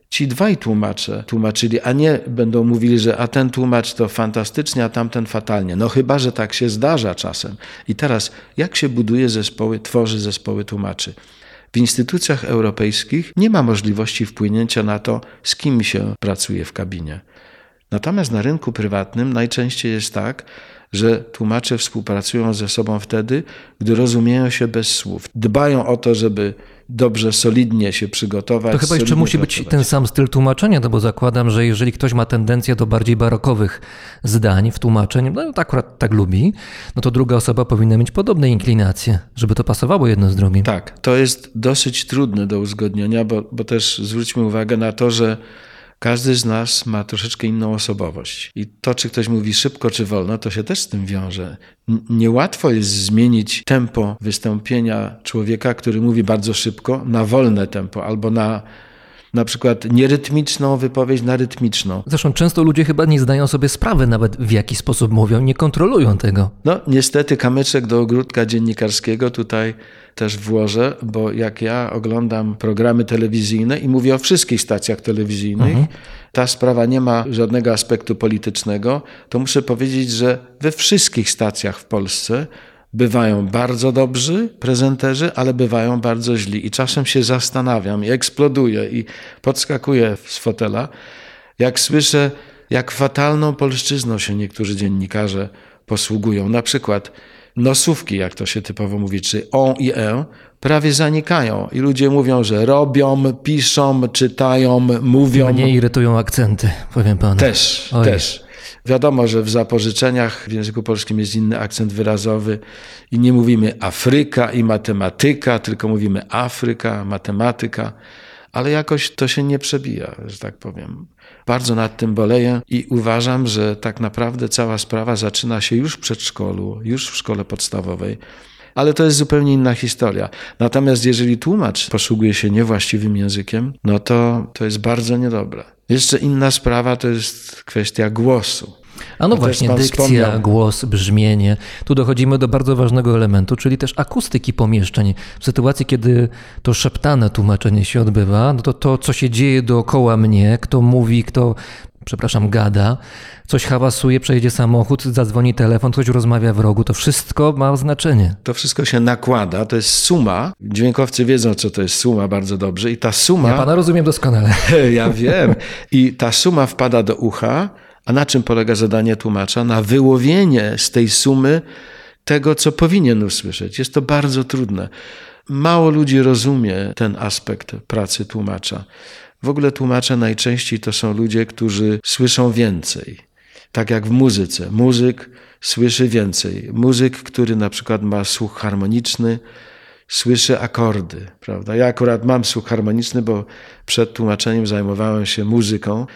ci dwaj tłumacze tłumaczyli, a nie będą mówili, że a ten tłumacz to fantastycznie, a tamten fatalnie. No chyba, że tak się zdarza czasem. I teraz, jak się buduje zespoły, tworzy zespoły tłumaczy? W instytucjach europejskich nie ma możliwości wpłynięcia na to, z kim się pracuje w kabinie. Natomiast na rynku prywatnym najczęściej jest tak, że tłumacze współpracują ze sobą wtedy, gdy rozumieją się bez słów. Dbają o to, żeby dobrze, solidnie się przygotować. To chyba jeszcze solidnie musi pracować. być ten sam styl tłumaczenia, no bo zakładam, że jeżeli ktoś ma tendencję do bardziej barokowych zdań w tłumaczeniu, no to akurat tak lubi, no to druga osoba powinna mieć podobne inklinacje, żeby to pasowało jedno z drugim. Tak, to jest dosyć trudne do uzgodnienia, bo, bo też zwróćmy uwagę na to, że każdy z nas ma troszeczkę inną osobowość. I to, czy ktoś mówi szybko, czy wolno, to się też z tym wiąże. N- niełatwo jest zmienić tempo wystąpienia człowieka, który mówi bardzo szybko, na wolne tempo, albo na na przykład nierytmiczną wypowiedź na rytmiczną. Zresztą często ludzie chyba nie zdają sobie sprawy nawet, w jaki sposób mówią, nie kontrolują tego. No niestety kamyczek do ogródka dziennikarskiego tutaj też włożę, bo jak ja oglądam programy telewizyjne i mówię o wszystkich stacjach telewizyjnych, mhm. ta sprawa nie ma żadnego aspektu politycznego, to muszę powiedzieć, że we wszystkich stacjach w Polsce bywają bardzo dobrzy prezenterzy, ale bywają bardzo źli. I czasem się zastanawiam i eksploduję i podskakuję z fotela, jak słyszę, jak fatalną polszczyzną się niektórzy dziennikarze posługują. Na przykład nosówki, jak to się typowo mówi, czy on i e, prawie zanikają. I ludzie mówią, że robią, piszą, czytają, mówią. Mnie irytują akcenty, powiem panu. Też, Oj. też. Wiadomo, że w zapożyczeniach w języku polskim jest inny akcent wyrazowy i nie mówimy Afryka i matematyka, tylko mówimy Afryka, matematyka, ale jakoś to się nie przebija, że tak powiem. Bardzo nad tym boleję i uważam, że tak naprawdę cała sprawa zaczyna się już w przedszkolu, już w szkole podstawowej, ale to jest zupełnie inna historia. Natomiast jeżeli tłumacz posługuje się niewłaściwym językiem, no to to jest bardzo niedobre. Jeszcze inna sprawa to jest kwestia głosu. A no To właśnie, też pan dykcja, wspomniał. głos, brzmienie. Tu dochodzimy do bardzo ważnego elementu, czyli też akustyki pomieszczeń. W sytuacji, kiedy to szeptane tłumaczenie się odbywa, no to to, co się dzieje dookoła mnie, kto mówi, kto, przepraszam, gada, coś hałasuje, przejedzie samochód, zadzwoni telefon, ktoś rozmawia w rogu, to wszystko ma znaczenie. To wszystko się nakłada, to jest suma. Dźwiękowcy wiedzą, co to jest suma bardzo dobrze i ta suma... Ja pana rozumiem doskonale. Ja wiem. I ta suma wpada do ucha, a na czym polega zadanie tłumacza? Na wyłowienie z tej sumy tego, co powinien usłyszeć. Jest to bardzo trudne. Mało ludzi rozumie ten aspekt pracy tłumacza. W ogóle tłumacze najczęściej to są ludzie, którzy słyszą więcej. Tak jak w muzyce. Muzyk słyszy więcej. Muzyk, który na przykład ma słuch harmoniczny, słyszy akordy, prawda? Ja akurat mam słuch harmoniczny, bo przed tłumaczeniem zajmowałem się muzyką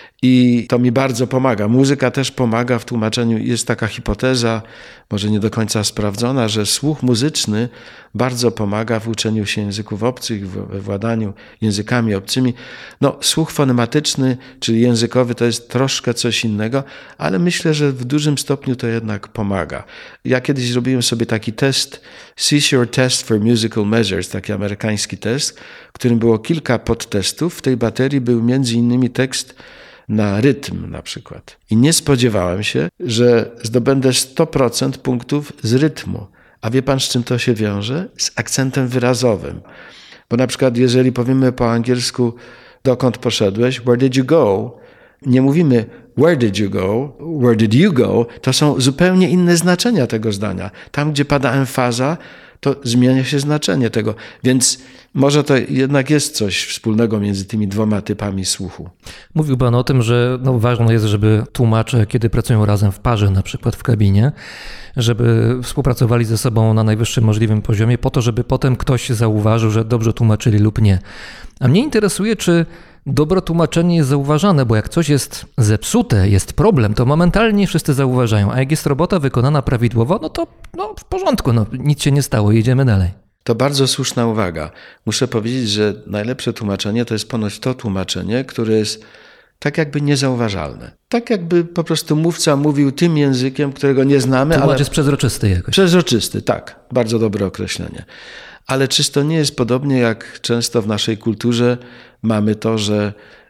i to mi bardzo pomaga. Muzyka też pomaga w tłumaczeniu. Jest taka hipoteza, może nie do końca sprawdzona, że słuch muzyczny bardzo pomaga w uczeniu się języków obcych, we władaniu językami obcymi. No, słuch fonematyczny, czyli językowy, to jest troszkę coś innego, ale myślę, że w dużym stopniu to jednak pomaga. Ja kiedyś zrobiłem sobie taki test, Seizure Test for Musical Measures, taki amerykański test, w którym było kilka podtestów. W tej baterii był między innymi tekst na rytm na przykład. I nie spodziewałem się, że zdobędę sto procent punktów z rytmu. A wie pan, z czym to się wiąże? Z akcentem wyrazowym. Bo na przykład jeżeli powiemy po angielsku dokąd poszedłeś, where did you go? Nie mówimy where did you go, where did you go? To są zupełnie inne znaczenia tego zdania. Tam, gdzie pada emfaza, to zmienia się znaczenie tego. Więc może to jednak jest coś wspólnego między tymi dwoma typami słuchu. Mówił pan o tym, że no ważne jest, żeby tłumacze, kiedy pracują razem w parze, na przykład w kabinie, żeby współpracowali ze sobą na najwyższym możliwym poziomie po to, żeby potem ktoś zauważył, że dobrze tłumaczyli lub nie. A mnie interesuje, czy dobro tłumaczenie jest zauważane, bo jak coś jest zepsute, jest problem, to momentalnie wszyscy zauważają, a jak jest robota wykonana prawidłowo, no to no, w porządku, no, nic się nie stało, jedziemy dalej. To bardzo słuszna uwaga. Muszę powiedzieć, że najlepsze tłumaczenie to jest ponoć to tłumaczenie, które jest tak jakby niezauważalne. Tak jakby po prostu mówca mówił tym językiem, którego nie znamy, Tłumacz ale... jest przezroczysty jakoś. Przezroczysty, tak. Bardzo dobre określenie. Ale czyż to nie jest podobnie jak często w naszej kulturze mamy to, że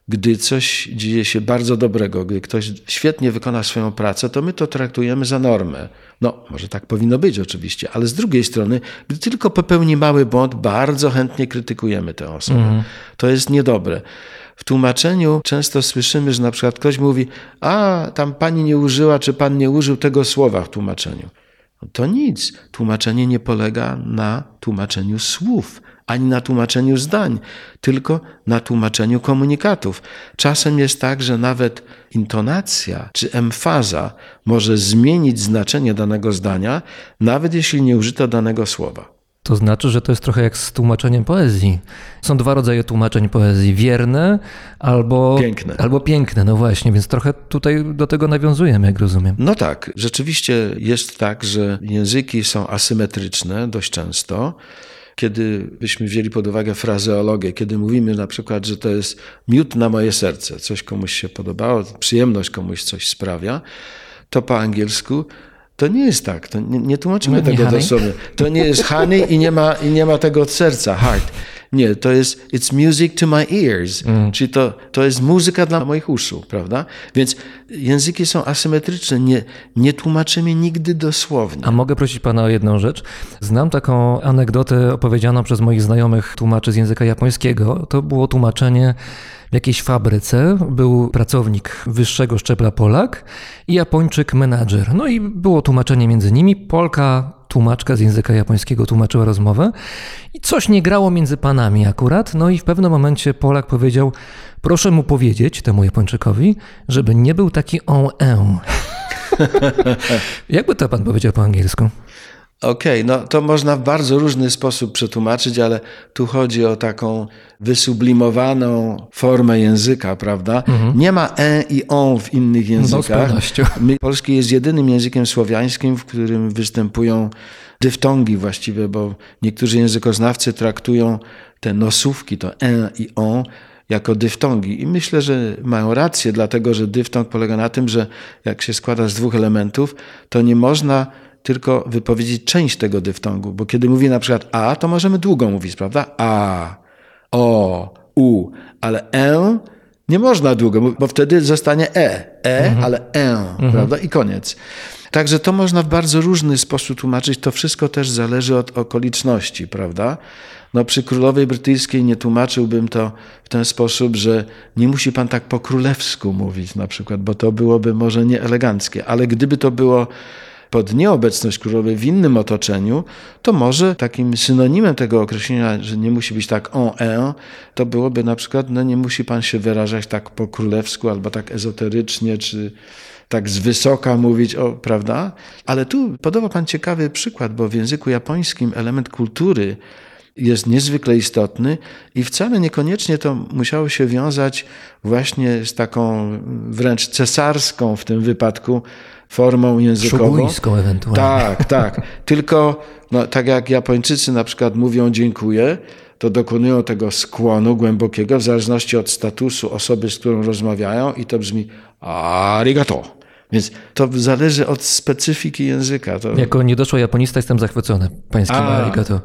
Gdy coś dzieje się bardzo dobrego, gdy ktoś świetnie wykona swoją pracę, to my to traktujemy za normę. No, może tak powinno być oczywiście, ale z drugiej strony, gdy tylko popełni mały błąd, bardzo chętnie krytykujemy tę osobę. Mhm. To jest niedobre. W tłumaczeniu często słyszymy, że na przykład ktoś mówi, a tam pani nie użyła, czy pan nie użył tego słowa w tłumaczeniu. To nic. Tłumaczenie nie polega na tłumaczeniu słów, ani na tłumaczeniu zdań, tylko na tłumaczeniu komunikatów. Czasem jest tak, że nawet intonacja czy emfaza może zmienić znaczenie danego zdania, nawet jeśli nie użyto danego słowa. To znaczy, że to jest trochę jak z tłumaczeniem poezji. Są dwa rodzaje tłumaczeń poezji. Wierne albo piękne. Albo piękne, no właśnie, więc trochę tutaj do tego nawiązujemy, jak rozumiem. No tak, rzeczywiście jest tak, że języki są asymetryczne dość często. Kiedy byśmy wzięli pod uwagę frazeologię, kiedy mówimy na przykład, że to jest miód na moje serce, coś komuś się podobało, przyjemność komuś coś sprawia, to po angielsku to nie jest tak, to nie, nie tłumaczymy nie, tego nie dosłownie. To nie jest honey i nie ma, i nie ma tego od serca, heart. Nie, to jest it's music to my ears, mm. czyli to, to jest muzyka dla moich uszu, prawda? Więc języki są asymetryczne, nie, nie tłumaczymy nigdy dosłownie. A mogę prosić pana o jedną rzecz? Znam taką anegdotę opowiedzianą przez moich znajomych tłumaczy z języka japońskiego. To było tłumaczenie w jakiejś fabryce. Był pracownik wyższego szczebla Polak i Japończyk menadżer. No i było tłumaczenie między nimi. Polka, tłumaczka z języka japońskiego, tłumaczyła rozmowę i coś nie grało między panami akurat. No i w pewnym momencie Polak powiedział, proszę mu powiedzieć, temu Japończykowi, żeby nie był taki on-en. Jakby to pan powiedział po angielsku? Okej, okay, no to można w bardzo różny sposób przetłumaczyć, ale tu chodzi o taką wysublimowaną formę języka, prawda? Mhm. Nie ma e i on w innych językach. No, z pewnością. Polski jest jedynym językiem słowiańskim, w którym występują dyftongi właściwie, bo niektórzy językoznawcy traktują te nosówki, to e i on, jako dyftongi. I myślę, że mają rację, dlatego że dyftong polega na tym, że jak się składa z dwóch elementów, to nie można tylko wypowiedzieć część tego dyftongu, bo kiedy mówi na przykład a, to możemy długo mówić, prawda? A, o, u, ale e nie można długo mówić, bo wtedy zostanie e, e, mhm. ale e, mhm. prawda? I koniec. Także to można w bardzo różny sposób tłumaczyć. To wszystko też zależy od okoliczności, prawda? No przy królowej brytyjskiej nie tłumaczyłbym to w ten sposób, że nie musi pan tak po królewsku mówić na przykład, bo to byłoby może nieeleganckie, ale gdyby to było pod nieobecność królowej w innym otoczeniu, to może takim synonimem tego określenia, że nie musi być tak on, en, to byłoby na przykład, no nie musi pan się wyrażać tak po królewsku albo tak ezoterycznie, czy tak z wysoka mówić, o, prawda? Ale tu podawał pan ciekawy przykład, bo w języku japońskim element kultury jest niezwykle istotny i wcale niekoniecznie to musiało się wiązać właśnie z taką wręcz cesarską w tym wypadku formą językową. Szoguńską ewentualnie. Tak, tak. Tylko no, tak jak Japończycy na przykład mówią dziękuję, to dokonują tego skłonu głębokiego w zależności od statusu osoby, z którą rozmawiają i to brzmi arigato. Więc to zależy od specyfiki języka. To... Jako niedoszły japonista jestem zachwycony pańskim arigato.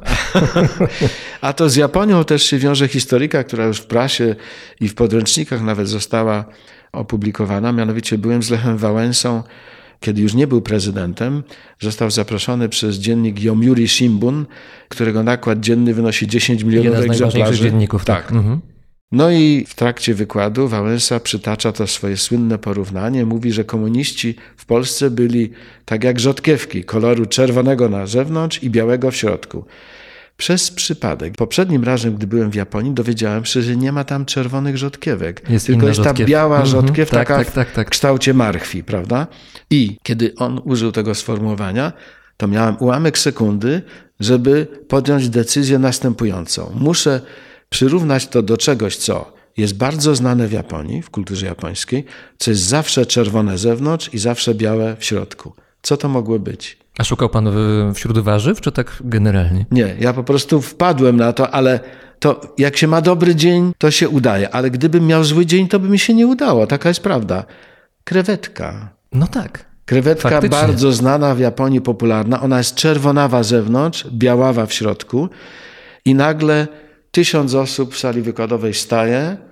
A to z Japonią też się wiąże historyka, która już w prasie i w podręcznikach nawet została opublikowana. Mianowicie byłem z Lechem Wałęsą, kiedy już nie był prezydentem. Został zaproszony przez dziennik Yomiuri Shimbun, którego nakład dzienny wynosi dziesięć milionów egzemplarzy. Jeden z najważniejszych dzienników. Tak. tak. Mhm. No i w trakcie wykładu Wałęsa przytacza to swoje słynne porównanie. Mówi, że komuniści w Polsce byli tak jak rzodkiewki, koloru czerwonego na zewnątrz i białego w środku. Przez przypadek, poprzednim razem, gdy byłem w Japonii, dowiedziałem się, że nie ma tam czerwonych rzodkiewek. Jest tylko jest ta rzodkiew. biała mm-hmm. rzodkiew, tak, taka tak, tak, tak. w kształcie marchwi, prawda? I kiedy on użył tego sformułowania, to miałem ułamek sekundy, żeby podjąć decyzję następującą. Muszę przyrównać to do czegoś, co jest bardzo znane w Japonii, w kulturze japońskiej, co jest zawsze czerwone z zewnątrz i zawsze białe w środku. Co to mogło być? A szukał pan wśród warzyw, czy tak generalnie? Nie, ja po prostu wpadłem na to, ale to jak się ma dobry dzień, to się udaje, ale gdybym miał zły dzień, to by mi się nie udało. Taka jest prawda. Krewetka. No tak. Krewetka Faktycznie. Bardzo znana w Japonii, popularna. Ona jest czerwonawa z zewnątrz, biaława w środku i nagle tysiąc osób w sali wykładowej staje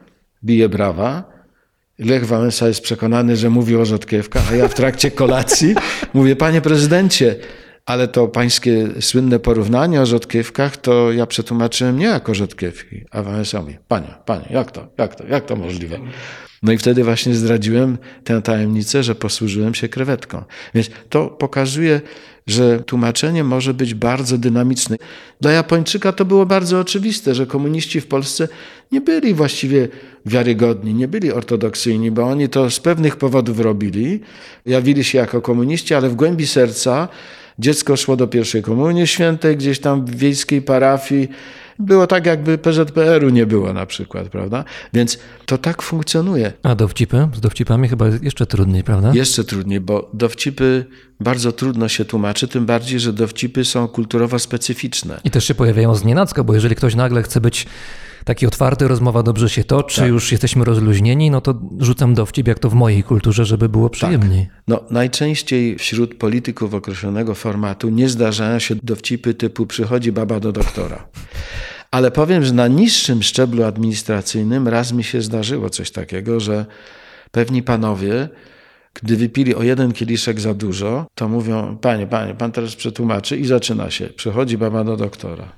bije brawa. Lech Wałęsa jest przekonany, że mówi o rzodkiewkach, a ja w trakcie kolacji mówię, panie prezydencie, ale to pańskie słynne porównanie o rzodkiewkach, to ja przetłumaczyłem nie jako rzodkiewki. A Wałęsa mówi, panie, panie, jak to, jak to, jak to możliwe? No i wtedy właśnie zdradziłem tę tajemnicę, że posłużyłem się krewetką. Więc to pokazuje, że tłumaczenie może być bardzo dynamiczne. Dla Japończyka to było bardzo oczywiste, że komuniści w Polsce nie byli właściwie wiarygodni, nie byli ortodoksyjni, bo oni to z pewnych powodów robili. Jawili się jako komuniści, ale w głębi serca dziecko szło do pierwszej komunii świętej, gdzieś tam w wiejskiej parafii. Było tak, jakby P Z P R u nie było na przykład, prawda? Więc to tak funkcjonuje. A dowcipy? Z dowcipami chyba jeszcze trudniej, prawda? Jeszcze trudniej, bo dowcipy bardzo trudno się tłumaczy, tym bardziej, że dowcipy są kulturowo specyficzne. I też się pojawiają znienacka, bo jeżeli ktoś nagle chce być taki otwarty, rozmowa dobrze się toczy, Tak. już jesteśmy rozluźnieni, no to rzucam dowcip, jak to w mojej kulturze, żeby było przyjemniej. No, najczęściej wśród polityków określonego formatu nie zdarzają się dowcipy typu przychodzi baba do doktora. Ale powiem, że na niższym szczeblu administracyjnym raz mi się zdarzyło coś takiego, że pewni panowie, gdy wypili o jeden kieliszek za dużo, to mówią, panie, panie, pan teraz przetłumaczy i zaczyna się, przychodzi baba do doktora.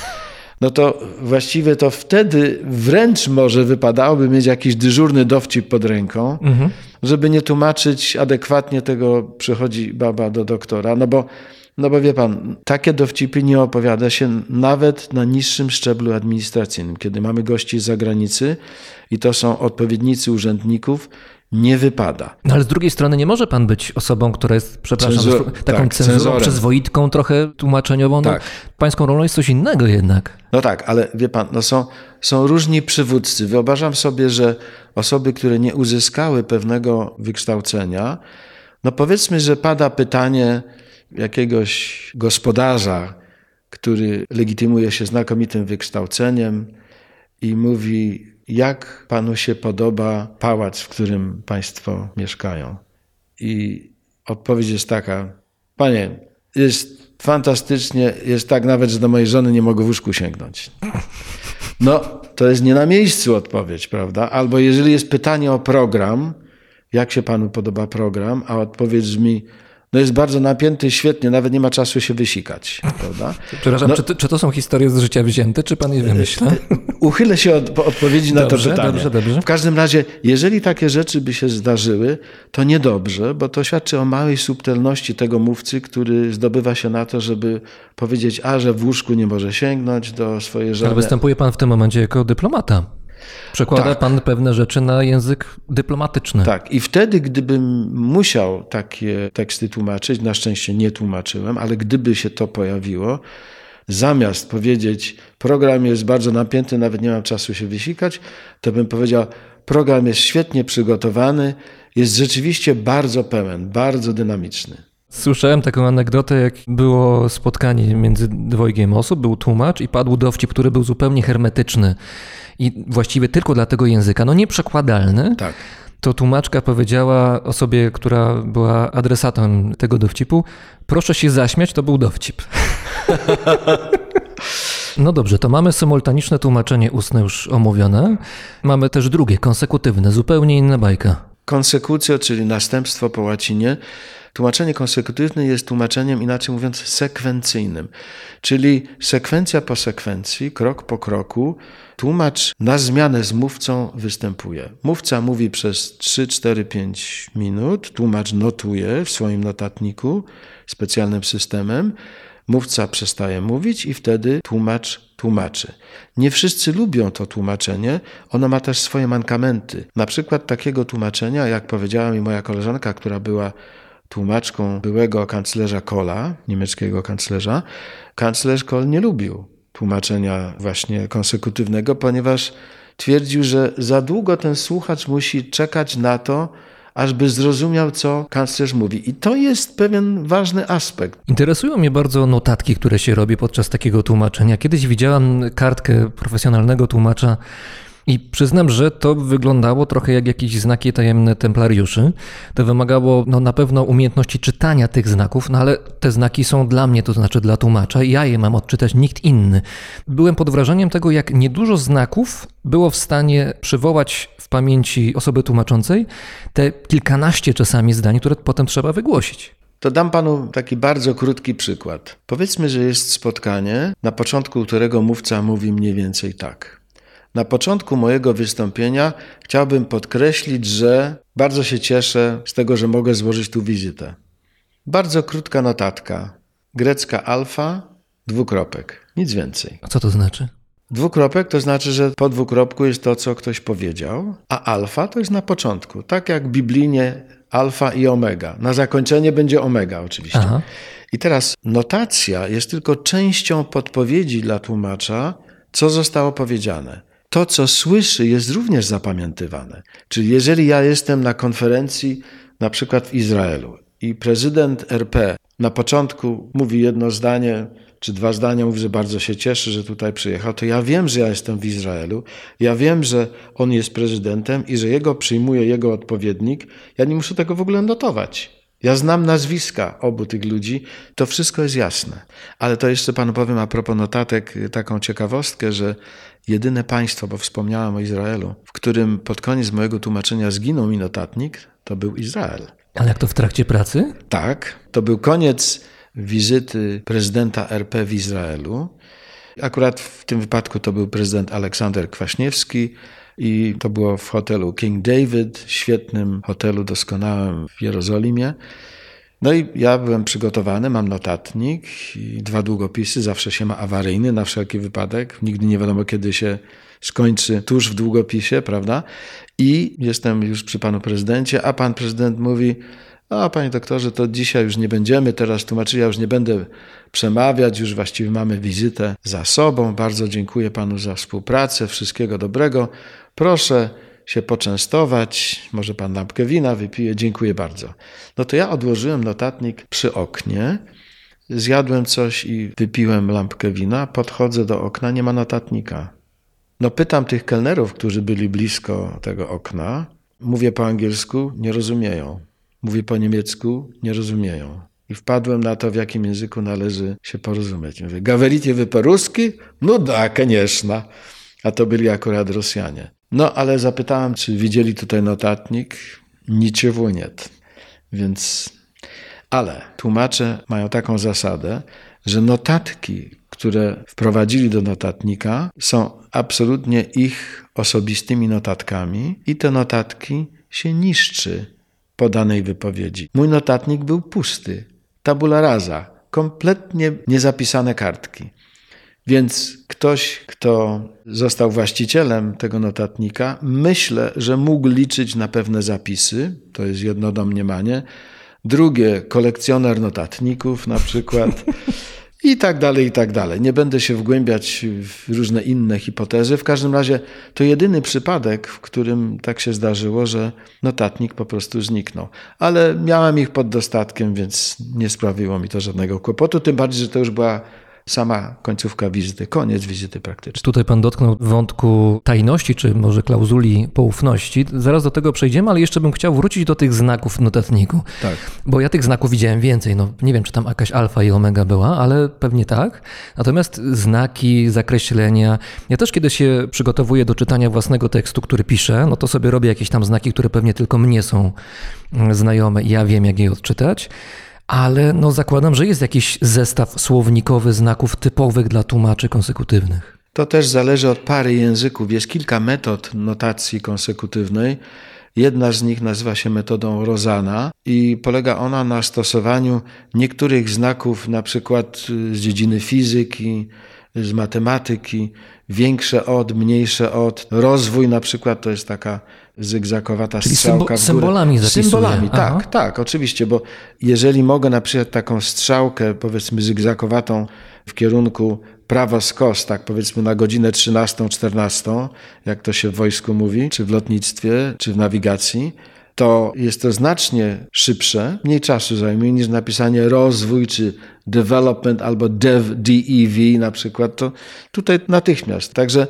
No to właściwie to wtedy wręcz może wypadałoby mieć jakiś dyżurny dowcip pod ręką, mhm. żeby nie tłumaczyć adekwatnie tego przychodzi baba do doktora, no bo No bo wie pan, takie dowcipy nie opowiada się nawet na niższym szczeblu administracyjnym. Kiedy mamy gości z zagranicy i to są odpowiednicy urzędników, nie wypada. No ale z drugiej strony nie może pan być osobą, która jest, przepraszam, Cenzor, taką tak, cenzurą, cenzorem. przyzwoitką, trochę tłumaczeniową. No, tak. Pańską rolą jest coś innego jednak. No tak, ale wie pan, no są, są różni przywódcy. Wyobrażam sobie, że osoby, które nie uzyskały pewnego wykształcenia, no powiedzmy, że pada pytanie jakiegoś gospodarza, który legitymuje się znakomitym wykształceniem i mówi, jak panu się podoba pałac, w którym państwo mieszkają. I odpowiedź jest taka, panie, jest fantastycznie, jest tak nawet, że do mojej żony nie mogę w łóżku sięgnąć. No, to jest nie na miejscu odpowiedź, prawda? Albo jeżeli jest pytanie o program, jak się panu podoba program, a odpowiedź brzmi, no jest bardzo napięty, świetnie, nawet nie ma czasu się wysikać, prawda? Przepraszam, no, czy, to, czy to są historie z życia wzięte, czy pan je wymyśla? Uchylę się od odpowiedzi na dobrze, to pytanie. Dobrze, dobrze. W każdym razie, jeżeli takie rzeczy by się zdarzyły, to niedobrze, bo to świadczy o małej subtelności tego mówcy, który zdobywa się na to, żeby powiedzieć, a że w łóżku nie może sięgnąć do swojej żony. Ale występuje pan w tym momencie jako dyplomata. Przekłada tak. pan pewne rzeczy na język dyplomatyczny. Tak. I wtedy, gdybym musiał takie teksty tłumaczyć, na szczęście nie tłumaczyłem, ale gdyby się to pojawiło, zamiast powiedzieć, program jest bardzo napięty, nawet nie mam czasu się wysikać, to bym powiedział, program jest świetnie przygotowany, jest rzeczywiście bardzo pełen, bardzo dynamiczny. Słyszałem taką anegdotę, jak było spotkanie między dwojgiem osób, był tłumacz i padł dowcip, który był zupełnie hermetyczny i właściwie tylko dla tego języka, no nieprzekładalny. Tak. To tłumaczka powiedziała osobie, która była adresatem tego dowcipu, proszę się zaśmiać, to był dowcip. No dobrze, to mamy symultaniczne tłumaczenie ustne już omówione. Mamy też drugie, konsekutywne, zupełnie inna bajka. Konsekutio, czyli następstwo po łacinie. Tłumaczenie konsekutywne jest tłumaczeniem, inaczej mówiąc, sekwencyjnym. Czyli sekwencja po sekwencji, krok po kroku, tłumacz na zmianę z mówcą występuje. Mówca mówi przez trzy, cztery, pięć minut, tłumacz notuje w swoim notatniku specjalnym systemem, mówca przestaje mówić i wtedy tłumacz tłumaczy. Nie wszyscy lubią to tłumaczenie, ono ma też swoje mankamenty. Na przykład takiego tłumaczenia, jak powiedziała mi moja koleżanka, która była tłumaczką byłego kanclerza Kohla, niemieckiego kanclerza, kanclerz Kohl nie lubił tłumaczenia właśnie konsekutywnego, ponieważ twierdził, że za długo ten słuchacz musi czekać na to, ażby zrozumiał, co kanclerz mówi. I to jest pewien ważny aspekt. Interesują mnie bardzo notatki, które się robi podczas takiego tłumaczenia. Kiedyś widziałam kartkę profesjonalnego tłumacza, I przyznam, że to wyglądało trochę jak jakieś znaki tajemne templariuszy. To wymagało no, na pewno umiejętności czytania tych znaków, no ale te znaki są dla mnie, to znaczy dla tłumacza i ja je mam odczytać, nikt inny. Byłem pod wrażeniem tego, jak niedużo znaków było w stanie przywołać w pamięci osoby tłumaczącej te kilkanaście czasami zdań, które potem trzeba wygłosić. To dam panu taki bardzo krótki przykład. Powiedzmy, że jest spotkanie, na początku którego mówca mówi mniej więcej tak. Na początku mojego wystąpienia chciałbym podkreślić, że bardzo się cieszę z tego, że mogę złożyć tu wizytę. Bardzo krótka notatka. Grecka alfa, dwukropek. Nic więcej. A co to znaczy? Dwukropek to znaczy, że po dwukropku jest to, co ktoś powiedział, a alfa to jest na początku. Tak jak biblijnie alfa i omega. Na zakończenie będzie omega oczywiście. Aha. I teraz notacja jest tylko częścią podpowiedzi dla tłumacza, co zostało powiedziane. To, co słyszy, jest również zapamiętywane. Czyli jeżeli ja jestem na konferencji, na przykład w Izraelu i prezydent R P na początku mówi jedno zdanie, czy dwa zdania, mówi, że bardzo się cieszy, że tutaj przyjechał, to ja wiem, że ja jestem w Izraelu, ja wiem, że on jest prezydentem i że jego przyjmuje jego odpowiednik. Ja nie muszę tego w ogóle notować. Ja znam nazwiska obu tych ludzi, to wszystko jest jasne. Ale to jeszcze panu powiem a propos notatek taką ciekawostkę, że jedyne państwo, bo wspomniałem o Izraelu, w którym pod koniec mojego tłumaczenia zginął mi notatnik, to był Izrael. Ale jak to w trakcie pracy? Tak, to był koniec wizyty prezydenta R P w Izraelu. Akurat w tym wypadku to był prezydent Aleksander Kwaśniewski i to było w hotelu King David, świetnym hotelu, doskonałym w Jerozolimie. No i ja byłem przygotowany, mam notatnik i dwa długopisy, zawsze się ma awaryjny na wszelki wypadek. Nigdy nie wiadomo, kiedy się skończy tuż w długopisie, prawda? I jestem już przy panu prezydencie, a pan prezydent mówi: a panie doktorze, to dzisiaj już nie będziemy teraz tłumaczyć, ja już nie będę przemawiać, już właściwie mamy wizytę za sobą. Bardzo dziękuję panu za współpracę, wszystkiego dobrego. Proszę się poczęstować, może pan lampkę wina wypije, dziękuję bardzo. No to ja odłożyłem notatnik przy oknie, zjadłem coś i wypiłem lampkę wina, podchodzę do okna, nie ma notatnika. No pytam tych kelnerów, którzy byli blisko tego okna, mówię po angielsku, nie rozumieją. Mówię po niemiecku, nie rozumieją. I wpadłem na to, w jakim języku należy się porozumieć. Mówię: говорите вы по-русски? No da, конечно. A to byli akurat Rosjanie. No, ale zapytałem, czy widzieli tutaj notatnik. Niczego nie. Więc, ale tłumacze mają taką zasadę, że notatki, które wprowadzili do notatnika, są absolutnie ich osobistymi notatkami i te notatki się niszczy po danej wypowiedzi. Mój notatnik był pusty, tabula rasa, kompletnie niezapisane kartki. Więc ktoś, kto został właścicielem tego notatnika, myślę, że mógł liczyć na pewne zapisy, to jest jedno domniemanie. Drugie, kolekcjoner notatników na przykład i tak dalej, i tak dalej. Nie będę się wgłębiać w różne inne hipotezy. W każdym razie to jedyny przypadek, w którym tak się zdarzyło, że notatnik po prostu zniknął. Ale miałem ich pod dostatkiem, więc nie sprawiło mi to żadnego kłopotu, tym bardziej, że to już była sama końcówka wizyty, koniec wizyty praktycznie. Tutaj pan dotknął wątku tajności, czy może klauzuli poufności. Zaraz do tego przejdziemy, ale jeszcze bym chciał wrócić do tych znaków w notatniku. Tak. Bo ja tych znaków widziałem więcej. No, nie wiem, czy tam jakaś alfa i omega była, ale pewnie tak. Natomiast znaki, zakreślenia. Ja też, kiedy się przygotowuję do czytania własnego tekstu, który piszę, no to sobie robię jakieś tam znaki, które pewnie tylko mnie są znajome i ja wiem, jak je odczytać. Ale no zakładam, że jest jakiś zestaw słownikowy znaków typowych dla tłumaczy konsekutywnych. To też zależy od pary języków. Jest kilka metod notacji konsekutywnej. Jedna z nich nazywa się metodą Rosana i polega ona na stosowaniu niektórych znaków, na przykład z dziedziny fizyki, z matematyki, większe od, mniejsze od. Rozwój na przykład to jest taka zygzakowata Czyli strzałka symbo- w górę. symbolami zapisuje. Symbolami, tak, Aha. tak, oczywiście, bo jeżeli mogę na przykład taką strzałkę, powiedzmy zygzakowatą w kierunku prawo-skos, tak powiedzmy na godzinę trzynastą, czternastą, jak to się w wojsku mówi, czy w lotnictwie, czy w nawigacji, to jest to znacznie szybsze, mniej czasu zajmuje niż napisanie rozwój, czy development, albo dev, D E V na przykład, to tutaj natychmiast. Także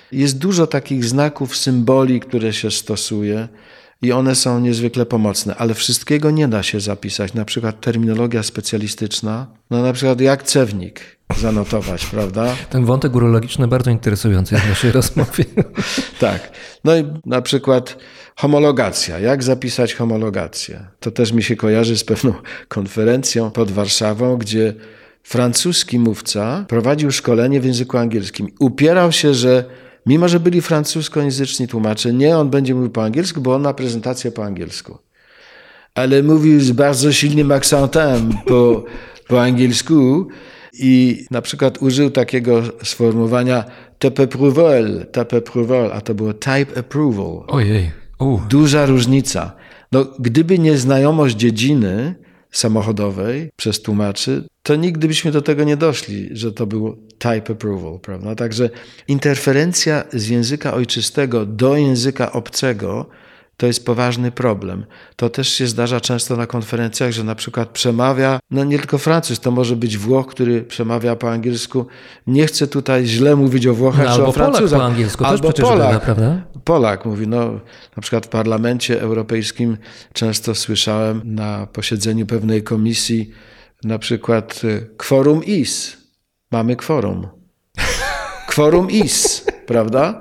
Jest dużo takich znaków, symboli, które się stosuje i one są niezwykle pomocne, ale wszystkiego nie da się zapisać. Na przykład terminologia specjalistyczna, no na przykład jak cewnik zanotować, prawda? Ten wątek urologiczny bardzo interesujący jest w naszej rozmowie. Tak. No i na przykład homologacja. Jak zapisać homologację? To też mi się kojarzy z pewną konferencją pod Warszawą, gdzie francuski mówca prowadził szkolenie w języku angielskim. Upierał się, że mimo że byli francuskojęzyczni tłumacze, nie, on będzie mówił po angielsku, bo on ma prezentację po angielsku. Ale mówił z bardzo silnym akcentem po, po angielsku i na przykład użył takiego sformułowania type approval, type approval, a to było type approval. Ojej. U. Duża różnica. No, gdyby nie znajomość dziedziny samochodowej przez tłumaczy, to nigdy byśmy do tego nie doszli, że to był type approval, prawda? Także interferencja z języka ojczystego do języka obcego to jest poważny problem. To też się zdarza często na konferencjach, że na przykład przemawia, no nie tylko Francuz, to może być Włoch, który przemawia po angielsku. Nie chcę tutaj źle mówić o Włochach No, czy albo o Francuzach. Polak po angielsku albo też przecież Polak. bywa, prawda? Polak mówi, no na przykład w Parlamencie Europejskim często słyszałem na posiedzeniu pewnej komisji na przykład quorum is. Mamy quorum. Quorum is, prawda?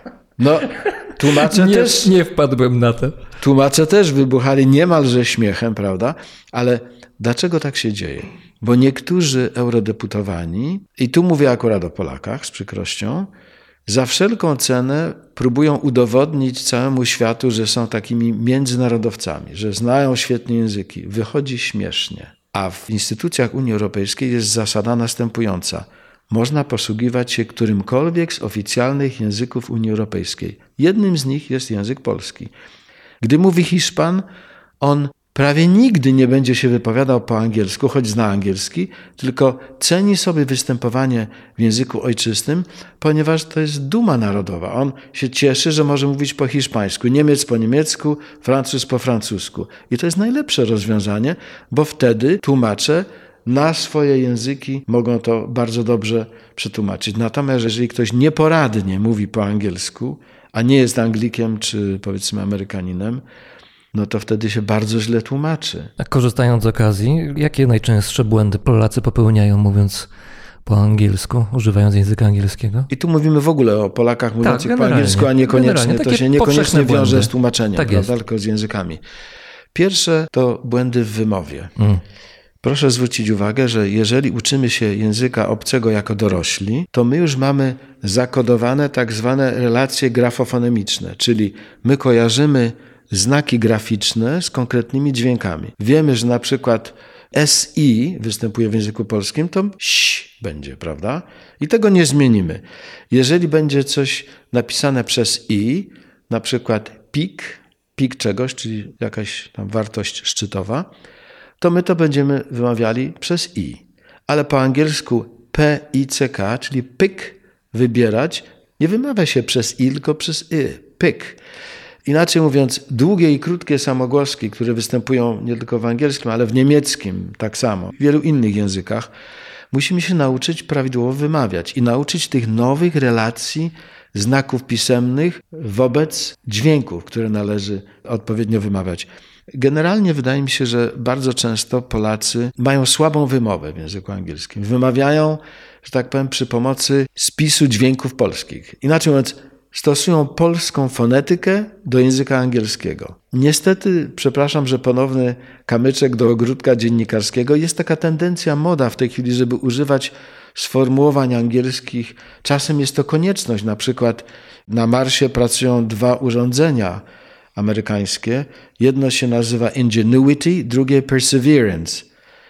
No, tłumacze Nie, też... nie wpadłem na to. Tłumacze też wybuchali niemalże śmiechem, prawda? Ale dlaczego tak się dzieje? Bo niektórzy eurodeputowani, i tu mówię akurat o Polakach z przykrością, za wszelką cenę próbują udowodnić całemu światu, że są takimi międzynarodowcami, że znają świetnie języki. Wychodzi śmiesznie. A w instytucjach Unii Europejskiej jest zasada następująca. Można posługiwać się którymkolwiek z oficjalnych języków Unii Europejskiej. Jednym z nich jest język polski. Gdy mówi Hiszpan, on prawie nigdy nie będzie się wypowiadał po angielsku, choć zna angielski, tylko ceni sobie występowanie w języku ojczystym, ponieważ to jest duma narodowa. On się cieszy, że może mówić po hiszpańsku, Niemiec po niemiecku, Francuz po francusku. I to jest najlepsze rozwiązanie, bo wtedy tłumacze na swoje języki mogą to bardzo dobrze przetłumaczyć. Natomiast jeżeli ktoś nieporadnie mówi po angielsku, a nie jest Anglikiem czy powiedzmy Amerykaninem, no to wtedy się bardzo źle tłumaczy. A korzystając z okazji, jakie najczęstsze błędy Polacy popełniają mówiąc po angielsku, używając języka angielskiego? I tu mówimy w ogóle o Polakach mówiących Tak, po angielsku, a niekoniecznie. generalnie, To takie się niekoniecznie powszechne wiąże błędy. z tłumaczeniem, Tak prawda? jest. Tylko z językami. Pierwsze to błędy w wymowie. Mm. Proszę zwrócić uwagę, że jeżeli uczymy się języka obcego jako dorośli, to my już mamy zakodowane tak zwane relacje grafofonemiczne, czyli my kojarzymy znaki graficzne z konkretnymi dźwiękami. Wiemy, że na przykład S I występuje w języku polskim, to ś będzie, prawda? I tego nie zmienimy. Jeżeli będzie coś napisane przez I, na przykład pik, pik czegoś, czyli jakaś tam wartość szczytowa, to my to będziemy wymawiali przez I. Ale po angielsku P I C K, czyli pyk, wybierać, nie wymawia się przez I, tylko przez Y. Pyk. Inaczej mówiąc, długie i krótkie samogłoski, które występują nie tylko w angielskim, ale w niemieckim tak samo, w wielu innych językach, musimy się nauczyć prawidłowo wymawiać i nauczyć tych nowych relacji znaków pisemnych wobec dźwięków, które należy odpowiednio wymawiać. Generalnie wydaje mi się, że bardzo często Polacy mają słabą wymowę w języku angielskim. Wymawiają, że tak powiem, przy pomocy spisu dźwięków polskich. Inaczej mówiąc, stosują polską fonetykę do języka angielskiego. Niestety, przepraszam, że ponowny kamyczek do ogródka dziennikarskiego, jest taka tendencja, moda w tej chwili, żeby używać sformułowań angielskich. Czasem jest to konieczność. Na przykład na Marsie pracują dwa urządzenia amerykańskie. Jedno się nazywa Ingenuity, drugie Perseverance.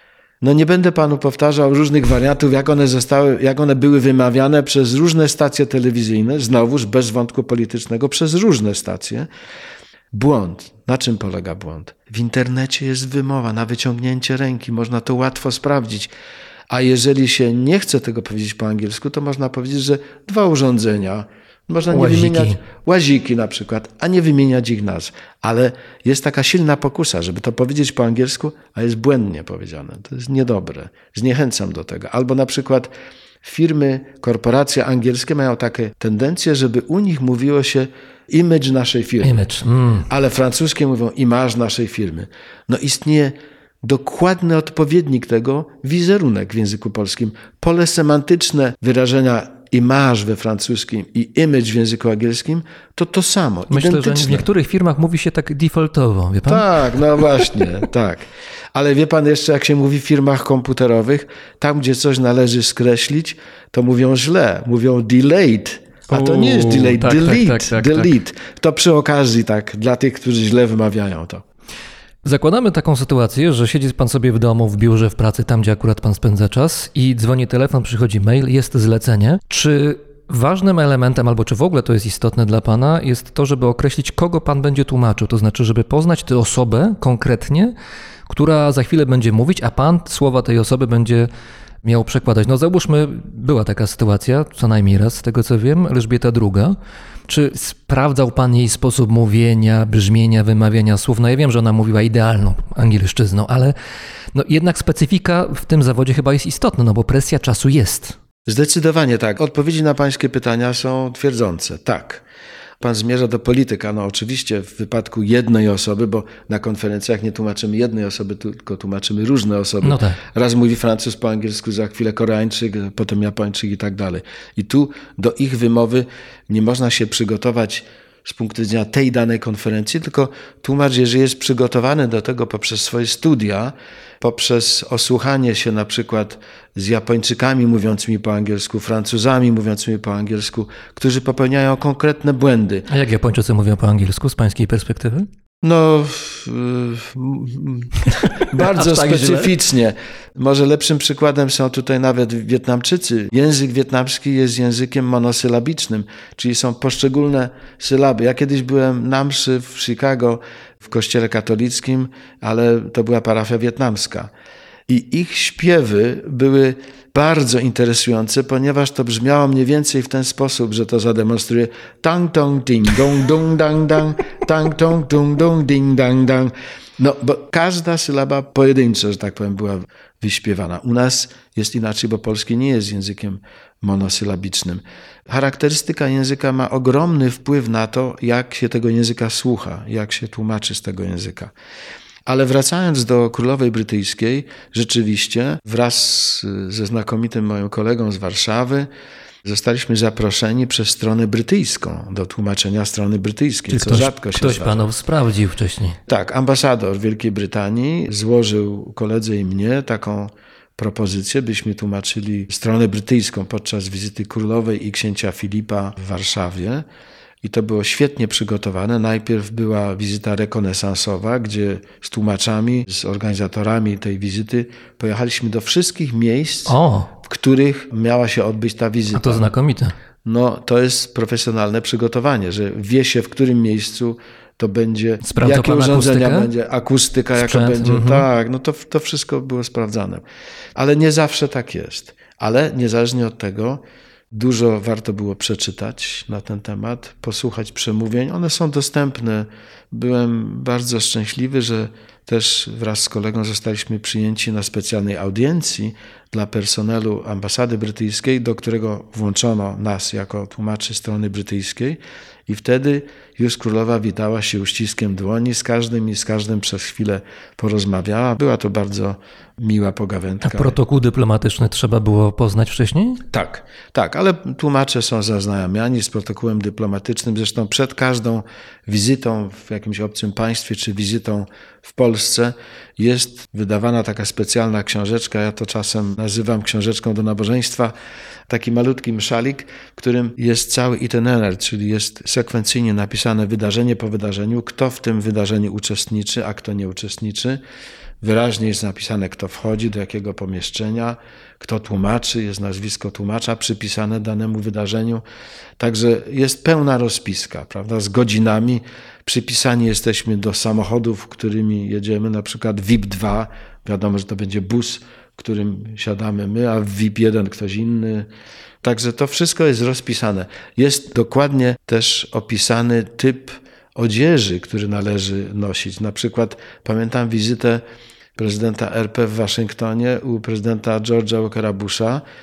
No nie będę panu powtarzał różnych wariantów, jak one zostały, jak one były wymawiane przez różne stacje telewizyjne, znowuż bez wątku politycznego, przez różne stacje. Błąd. Na czym polega błąd? W internecie jest wymowa, na wyciągnięcie ręki, można to łatwo sprawdzić. A jeżeli się nie chce tego powiedzieć po angielsku, to można powiedzieć, że dwa urządzenia, można nie Łaziki. wymieniać łaziki na przykład, a nie wymieniać ich nazw. Ale jest taka silna pokusa, żeby to powiedzieć po angielsku, a jest błędnie powiedziane. To jest niedobre. Zniechęcam do tego. Albo na przykład firmy, korporacje angielskie mają takie tendencje, żeby u nich mówiło się image naszej firmy. Image. Mm. Ale francuskie mówią image naszej firmy. No istnieje dokładny odpowiednik tego, wizerunek w języku polskim. Pole semantyczne wyrażenia image we francuskim i image w języku angielskim to to samo, Myślę, identyczne. że w niektórych firmach mówi się tak defaultowo, wie pan? Tak, no właśnie, tak. Ale wie pan jeszcze, jak się mówi w firmach komputerowych, tam gdzie coś należy skreślić, to mówią źle, mówią delayed. A to nie jest delayed, tak, delete, tak, tak, tak, delete. To przy okazji tak, dla tych, którzy źle wymawiają to. Zakładamy taką sytuację, że siedzi pan sobie w domu, w biurze, w pracy, tam gdzie akurat pan spędza czas i dzwoni telefon, przychodzi mail, jest zlecenie. Czy ważnym elementem, albo czy w ogóle to jest istotne dla pana, jest to, żeby określić, kogo pan będzie tłumaczył, to znaczy, żeby poznać tę osobę konkretnie, która za chwilę będzie mówić, a pan słowa tej osoby będzie miał przekładać. No załóżmy, była taka sytuacja, co najmniej raz, z tego co wiem, Elżbieta druga. Czy sprawdzał pan jej sposób mówienia, brzmienia, wymawiania słów? No ja wiem, że ona mówiła idealną angielszczyzną, ale no jednak specyfika w tym zawodzie chyba jest istotna, no bo presja czasu jest. Zdecydowanie tak. Odpowiedzi na pańskie pytania są twierdzące. Tak. Pan zmierza do polityka. No oczywiście w wypadku jednej osoby, bo na konferencjach nie tłumaczymy jednej osoby, tylko tłumaczymy różne osoby. No tak. Raz mówi Francuz po angielsku, za chwilę Koreańczyk, potem Japończyk i tak dalej. I tu do ich wymowy nie można się przygotować z punktu widzenia tej danej konferencji, tylko tłumacz, jeżeli jest przygotowany do tego poprzez swoje studia, poprzez osłuchanie się na przykład z Japończykami mówiącymi po angielsku, Francuzami mówiącymi po angielsku, którzy popełniają konkretne błędy. A jak Japończycy mówią po angielsku z pańskiej perspektywy? No, bardzo tak specyficznie. Może lepszym przykładem są tutaj nawet Wietnamczycy. Język wietnamski jest językiem monosylabicznym, czyli są poszczególne sylaby. Ja kiedyś byłem na mszy w Chicago w kościele katolickim, ale to była parafia wietnamska. I ich śpiewy były bardzo interesujące, ponieważ to brzmiało mniej więcej w ten sposób, że to zademonstruje tang tong ding dong dong dang dang, tang tong dong dong ding dang dang. No, bo każda sylaba pojedynczo, że tak powiem, była wyśpiewana. U nas jest inaczej, bo polski nie jest językiem monosylabicznym. Charakterystyka języka ma ogromny wpływ na to, jak się tego języka słucha, jak się tłumaczy z tego języka. Ale wracając do Królowej Brytyjskiej, rzeczywiście wraz ze znakomitym moim kolegą z Warszawy zostaliśmy zaproszeni przez stronę brytyjską do tłumaczenia strony brytyjskiej, Czy co ktoś, rzadko się ktoś zdarza. panów sprawdził wcześniej? Tak, ambasador Wielkiej Brytanii złożył koledze i mnie taką propozycję, byśmy tłumaczyli stronę brytyjską podczas wizyty królowej i księcia Filipa w Warszawie. I to było świetnie przygotowane. Najpierw była wizyta rekonesansowa, gdzie z tłumaczami, z organizatorami tej wizyty pojechaliśmy do wszystkich miejsc, O, w których miała się odbyć ta wizyta. a to znakomite. No, to jest profesjonalne przygotowanie, że wie się, w którym miejscu to będzie, Sprawdza jakie pan urządzenia akustykę? będzie, akustyka jaka Sprzęt, będzie. mhm. Tak, no to, to wszystko było sprawdzane. Ale nie zawsze tak jest. Ale niezależnie od tego, dużo warto było przeczytać na ten temat, posłuchać przemówień. One są dostępne. Byłem bardzo szczęśliwy, że też wraz z kolegą zostaliśmy przyjęci na specjalnej audiencji dla personelu ambasady brytyjskiej, do którego włączono nas jako tłumaczy strony brytyjskiej. I wtedy już królowa witała się uściskiem dłoni z każdym i z każdym przez chwilę porozmawiała. Była to bardzo miła A pogawędka. protokół dyplomatyczny trzeba było poznać wcześniej? Tak, tak, ale tłumacze są zaznajomiani z protokołem dyplomatycznym. Zresztą przed każdą wizytą w jakimś obcym państwie czy wizytą w Polsce jest wydawana taka specjalna książeczka. Ja to czasem nazywam książeczką do nabożeństwa. Taki malutki mszalik, w którym jest cały itinerar, czyli jest sekwencyjnie napisane wydarzenie po wydarzeniu, kto w tym wydarzeniu uczestniczy, a kto nie uczestniczy. Wyraźnie jest napisane, kto wchodzi, do jakiego pomieszczenia, kto tłumaczy, jest nazwisko tłumacza przypisane danemu wydarzeniu. Także jest pełna rozpiska, prawda, z godzinami. Przypisani jesteśmy do samochodów, którymi jedziemy, na przykład V I P dwa. Wiadomo, że to będzie bus, którym siadamy my, a w V I P jeden ktoś inny. Także to wszystko jest rozpisane. Jest dokładnie też opisany typ odzieży, który należy nosić. Na przykład pamiętam wizytę prezydenta R P w Waszyngtonie u prezydenta George'a Walkera Busha.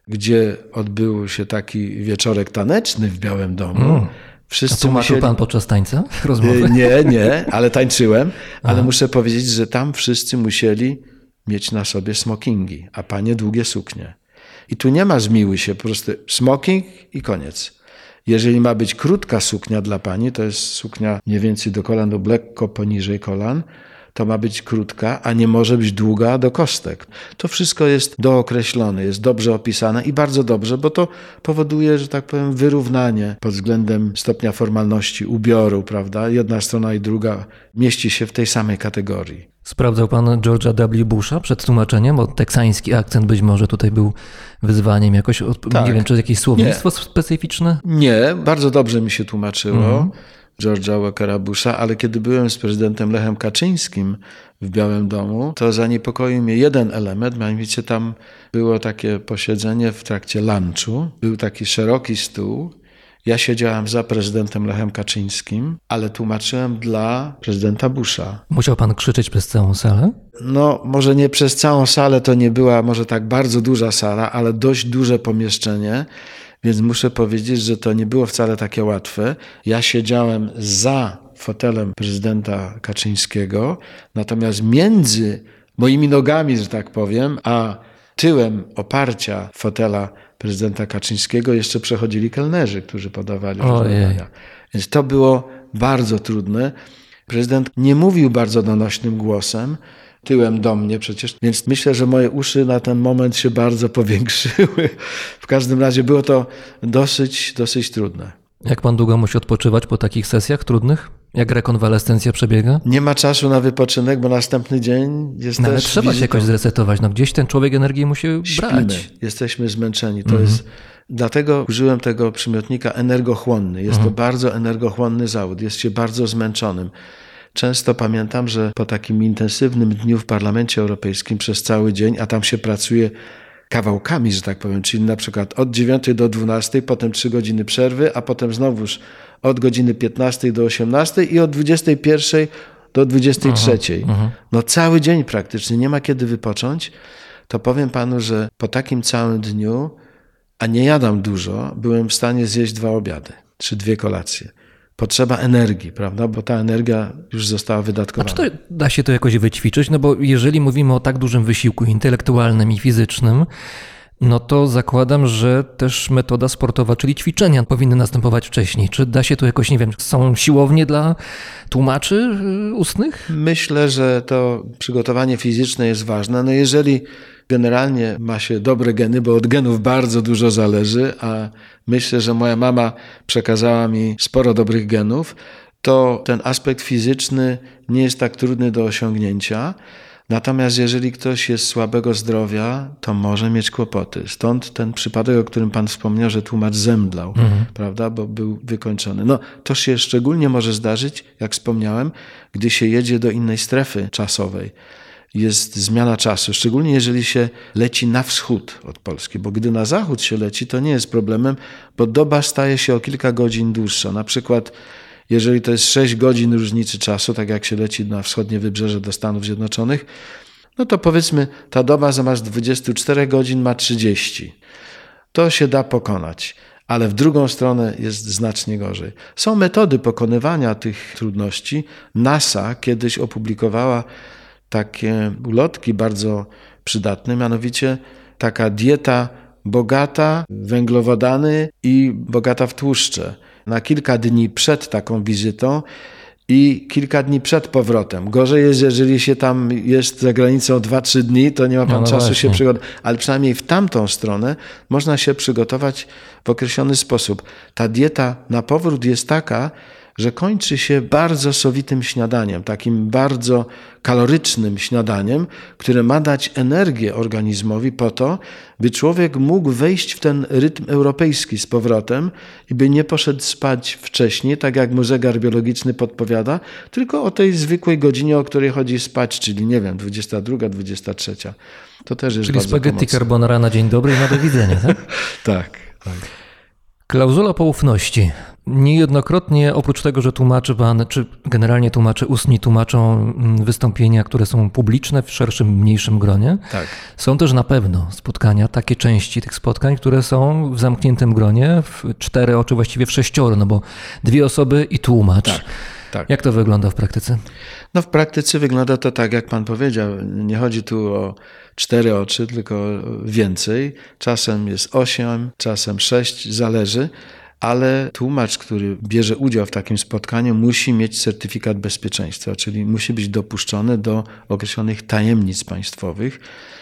gdzie odbył się taki wieczorek taneczny w Białym Domu. Mm. Wszyscy A tłumaczył musieli... pan podczas tańca rozmowy? Nie, nie, ale tańczyłem. Ale Aha. muszę powiedzieć, że tam wszyscy musieli mieć na sobie smokingi, a panie długie suknie. I tu nie ma zmiły się, po prostu smoking i koniec. Jeżeli ma być krótka suknia dla pani, to jest suknia mniej więcej do kolan lub lekko poniżej kolan, to ma być krótka, a nie może być długa do kostek. To wszystko jest dookreślone, jest dobrze opisane i bardzo dobrze, bo to powoduje, że tak powiem, wyrównanie pod względem stopnia formalności, ubioru, prawda? Jedna strona i druga mieści się w tej samej kategorii. Sprawdzał pan George'a W. Busha przed tłumaczeniem, bo teksański akcent być może tutaj był wyzwaniem jakoś, od, Tak. nie wiem, czy jakieś słownictwo specyficzne? Nie, bardzo dobrze mi się tłumaczyło. Mhm. George'a Walkera Busha, ale kiedy byłem z prezydentem Lechem Kaczyńskim w Białym Domu, to zaniepokoił mnie jeden element, mianowicie tam było takie posiedzenie w trakcie lunchu, był taki szeroki stół, ja siedziałem za prezydentem Lechem Kaczyńskim, ale tłumaczyłem dla prezydenta Busha. Musiał pan krzyczeć przez całą salę? No, może nie przez całą salę, to nie była może tak bardzo duża sala, ale dość duże pomieszczenie, więc muszę powiedzieć, że to nie było wcale takie łatwe. Ja siedziałem za fotelem prezydenta Kaczyńskiego, natomiast między moimi nogami, że tak powiem, a tyłem oparcia fotela prezydenta Kaczyńskiego jeszcze przechodzili kelnerzy, którzy podawali różne dania. Więc to było bardzo trudne. Prezydent nie mówił bardzo donośnym głosem, tyłem do mnie przecież, więc myślę, że moje uszy na ten moment się bardzo powiększyły. W każdym razie było to dosyć, dosyć trudne. Jak pan długo musi odpoczywać po takich sesjach trudnych? Jak rekonwalescencja przebiega? Nie ma czasu na wypoczynek, bo następny dzień jest No, ale też trzeba się wizytą. jakoś zresetować. No, gdzieś ten człowiek energii musi Śpimy, brać. jesteśmy zmęczeni. To Mhm. jest, dlatego użyłem tego przymiotnika energochłonny. Jest Mhm. to bardzo energochłonny zawód. Jest się bardzo zmęczonym. Często pamiętam, że po takim intensywnym dniu w Parlamencie Europejskim przez cały dzień, a tam się pracuje kawałkami, że tak powiem, czyli na przykład od dziewiątej do dwunastej, potem trzy godziny przerwy, a potem znowuż od godziny piętnastej do osiemnastej i od dwudziestej pierwszej do dwudziestej trzeciej. aha. No cały dzień praktycznie, nie ma kiedy wypocząć. To powiem panu, że po takim całym dniu, a nie jadam dużo, byłem w stanie zjeść dwa obiady, czy dwie kolacje. Potrzeba energii, prawda? Bo ta energia już została A wydatkowana. czy to da się to jakoś wyćwiczyć? No bo jeżeli mówimy o tak dużym wysiłku intelektualnym i fizycznym, no to zakładam, że też metoda sportowa, czyli ćwiczenia powinny następować wcześniej. Czy da się to jakoś, nie wiem, są siłownie dla tłumaczy y, ustnych? Myślę, że to przygotowanie fizyczne jest ważne. No jeżeli generalnie ma się dobre geny, bo od genów bardzo dużo zależy, a myślę, że moja mama przekazała mi sporo dobrych genów, to ten aspekt fizyczny nie jest tak trudny do osiągnięcia. Natomiast jeżeli ktoś jest słabego zdrowia, to może mieć kłopoty. Stąd ten przypadek, o którym pan wspomniał, że tłumacz zemdlał, Mhm. prawda, bo był wykończony. No, to się szczególnie może zdarzyć, jak wspomniałem, gdy się jedzie do innej strefy czasowej. Jest zmiana czasu, szczególnie jeżeli się leci na wschód od Polski, bo gdy na zachód się leci, to nie jest problemem, bo doba staje się o kilka godzin dłuższa. Na przykład jeżeli to jest sześć godzin różnicy czasu, tak jak się leci na wschodnie wybrzeże do Stanów Zjednoczonych, no to powiedzmy ta doba zamiast dwudziestu czterech godzin ma trzydzieści. To się da pokonać, ale w drugą stronę jest znacznie gorzej. Są metody pokonywania tych trudności. NASA kiedyś opublikowała takie ulotki bardzo przydatne, mianowicie taka dieta bogata w węglowodany i bogata w tłuszcze. Na kilka dni przed taką wizytą i kilka dni przed powrotem. Gorzej jest, jeżeli się tam jest za granicą dwa trzy dni, to nie ma pan No, no czasu właśnie. się przygotować. Ale przynajmniej w tamtą stronę można się przygotować w określony sposób. Ta dieta na powrót jest taka, że kończy się bardzo sowitym śniadaniem, takim bardzo kalorycznym śniadaniem, które ma dać energię organizmowi po to, by człowiek mógł wejść w ten rytm europejski z powrotem i by nie poszedł spać wcześniej, tak jak mu zegar biologiczny podpowiada, tylko o tej zwykłej godzinie, o której chodzi spać, czyli nie wiem, dwudziesta druga, dwudziesta trzecia. To też jest Czyli bardzo spaghetti pomocne. carbonara na dzień dobry i na do widzenia, tak? Tak, tak. Klauzula poufności. Niejednokrotnie, oprócz tego, że tłumaczy pan, czy generalnie tłumacze ustni tłumaczą wystąpienia, które są publiczne w szerszym, mniejszym gronie, Tak. są też na pewno spotkania, takie części tych spotkań, które są w zamkniętym gronie, w cztery oczy, właściwie w sześcioro, no bo dwie osoby i tłumacz. Tak, tak. Jak to wygląda w praktyce? No w praktyce wygląda to tak, jak pan powiedział. Nie chodzi tu o cztery oczy, tylko więcej. Czasem jest osiem, czasem sześć, zależy. Ale tłumacz, który bierze udział w takim spotkaniu, musi mieć certyfikat bezpieczeństwa, czyli musi być dopuszczony do określonych tajemnic państwowych.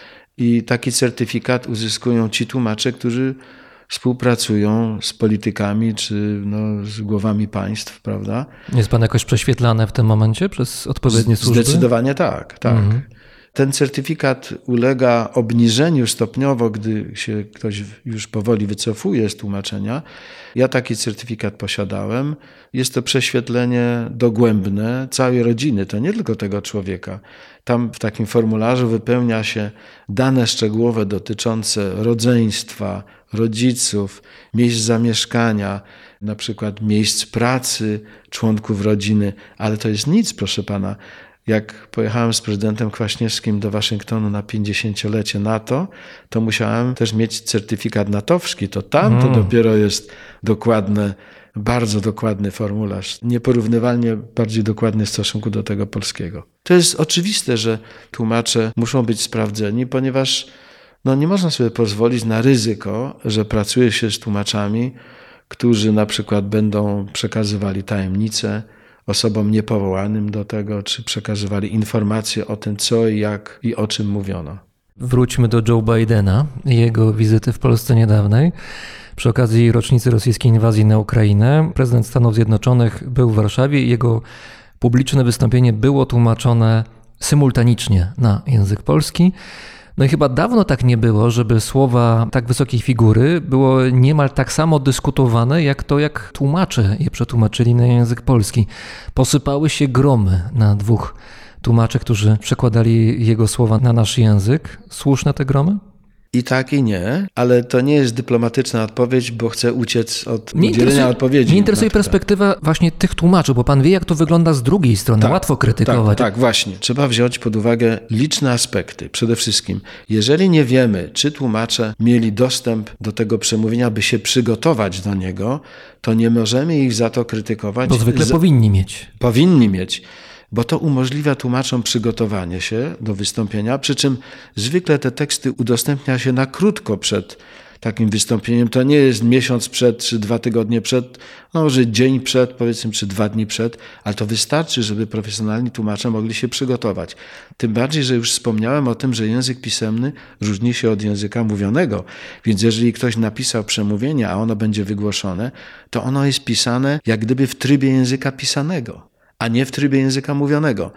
I taki certyfikat uzyskują ci tłumacze, którzy współpracują z politykami czy no, z głowami państw, prawda? Jest pan jakoś prześwietlany w tym momencie przez odpowiednie służby? Zdecydowanie tak, tak. Mhm. Ten certyfikat ulega obniżeniu stopniowo, gdy się ktoś już powoli wycofuje z tłumaczenia. Ja taki certyfikat posiadałem. Jest to prześwietlenie dogłębne całej rodziny, to nie tylko tego człowieka. Tam w takim formularzu wypełnia się dane szczegółowe dotyczące rodzeństwa, rodziców, miejsc zamieszkania, na przykład miejsc pracy członków rodziny, ale to jest nic, proszę pana. Jak pojechałem z prezydentem Kwaśniewskim do Waszyngtonu na pięćdziesięciolecie NATO, to musiałem też mieć certyfikat natowski. To tam to mm. dopiero jest dokładne, bardzo dokładny formularz. Nieporównywalnie bardziej dokładny w stosunku do tego polskiego. To jest oczywiste, że tłumacze muszą być sprawdzeni, ponieważ no, nie można sobie pozwolić na ryzyko, że pracuje się z tłumaczami, którzy na przykład będą przekazywali tajemnice osobom niepowołanym do tego, czy przekazywali informacje o tym, co i jak i o czym mówiono. Wróćmy do Joe Bidena i jego wizyty w Polsce niedawnej. Przy okazji rocznicy rosyjskiej inwazji na Ukrainę prezydent Stanów Zjednoczonych był w Warszawie i jego publiczne wystąpienie było tłumaczone symultanicznie na język polski. No i chyba dawno tak nie było, żeby słowa tak wysokiej figury było niemal tak samo dyskutowane, jak to, jak tłumacze je przetłumaczyli na język polski. Posypały się gromy na dwóch tłumaczy, którzy przekładali jego słowa na nasz język. Słuszne te gromy? I tak, i nie, ale to nie jest dyplomatyczna odpowiedź, bo chcę uciec od mnie udzielenia odpowiedzi. Mnie interesuje perspektywa właśnie tych tłumaczy, bo pan wie, jak to wygląda z drugiej strony. Tak, łatwo krytykować. Tak, tak, właśnie. Trzeba wziąć pod uwagę liczne aspekty. Przede wszystkim, jeżeli nie wiemy, czy tłumacze mieli dostęp do tego przemówienia, by się przygotować do niego, to nie możemy ich za to krytykować. Bo zwykle z... powinni mieć. Powinni mieć. Bo to umożliwia tłumaczom przygotowanie się do wystąpienia, przy czym zwykle te teksty udostępnia się na krótko przed takim wystąpieniem. To nie jest miesiąc przed, czy dwa tygodnie przed, no może dzień przed, powiedzmy, czy dwa dni przed, ale to wystarczy, żeby profesjonalni tłumacze mogli się przygotować. Tym bardziej, że już wspomniałem o tym, że język pisemny różni się od języka mówionego, więc jeżeli ktoś napisał przemówienie, a ono będzie wygłoszone, to ono jest pisane jak gdyby w trybie języka pisanego, a nie w trybie języka mówionego.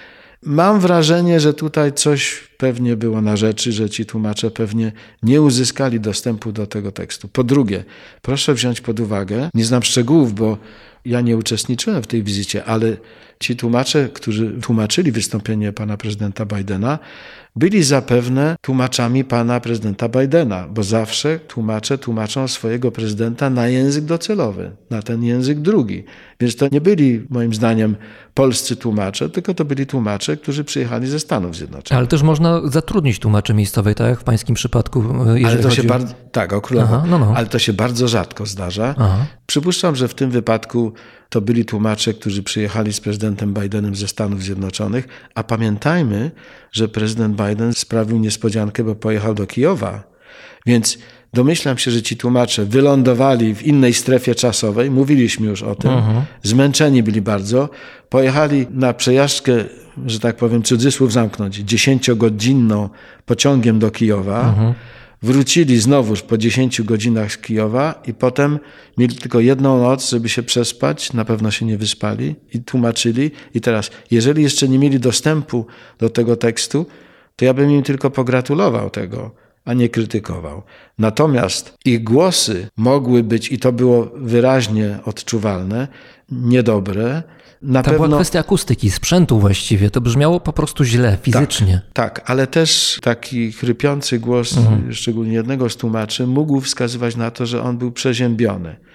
Mam wrażenie, że tutaj coś pewnie było na rzeczy, że ci tłumacze pewnie nie uzyskali dostępu do tego tekstu. Po drugie, proszę wziąć pod uwagę, nie znam szczegółów, bo ja nie uczestniczyłem w tej wizycie, ale ci tłumacze, którzy tłumaczyli wystąpienie pana prezydenta Bidena, byli zapewne tłumaczami pana prezydenta Bidena, bo zawsze tłumacze tłumaczą swojego prezydenta na język docelowy, na ten język drugi. Więc to nie byli, moim zdaniem, polscy tłumacze, tylko to byli tłumacze, którzy przyjechali ze Stanów Zjednoczonych. Ale też można zatrudnić tłumaczy miejscowej, tak jak w pańskim przypadku. Ale to chodzi... się bardzo, tak, o Królowo, Aha, no, no. ale to się bardzo rzadko zdarza. Aha. Przypuszczam, że w tym wypadku to byli tłumacze, którzy przyjechali z prezydentem Bidenem ze Stanów Zjednoczonych, a pamiętajmy, że prezydent Biden sprawił niespodziankę, bo pojechał do Kijowa. Więc domyślam się, że ci tłumacze wylądowali w innej strefie czasowej, mówiliśmy już o tym, uh-huh. zmęczeni byli bardzo, pojechali na przejażdżkę, że tak powiem, cudzysłów zamknąć, dziesięciogodzinną pociągiem do Kijowa, uh-huh. wrócili znowuż po dziesięciu godzinach z Kijowa i potem mieli tylko jedną noc, żeby się przespać, na pewno się nie wyspali i tłumaczyli. I teraz, jeżeli jeszcze nie mieli dostępu do tego tekstu, to ja bym im tylko pogratulował tego, a nie krytykował. Natomiast ich głosy mogły być, i to było wyraźnie odczuwalne, niedobre. Na to pewno... była kwestia akustyki, sprzętu właściwie. To brzmiało po prostu źle, fizycznie. Tak, tak, ale też taki chrypiący głos, mhm. szczególnie jednego z tłumaczy, mógł wskazywać na to, że on był przeziębiony.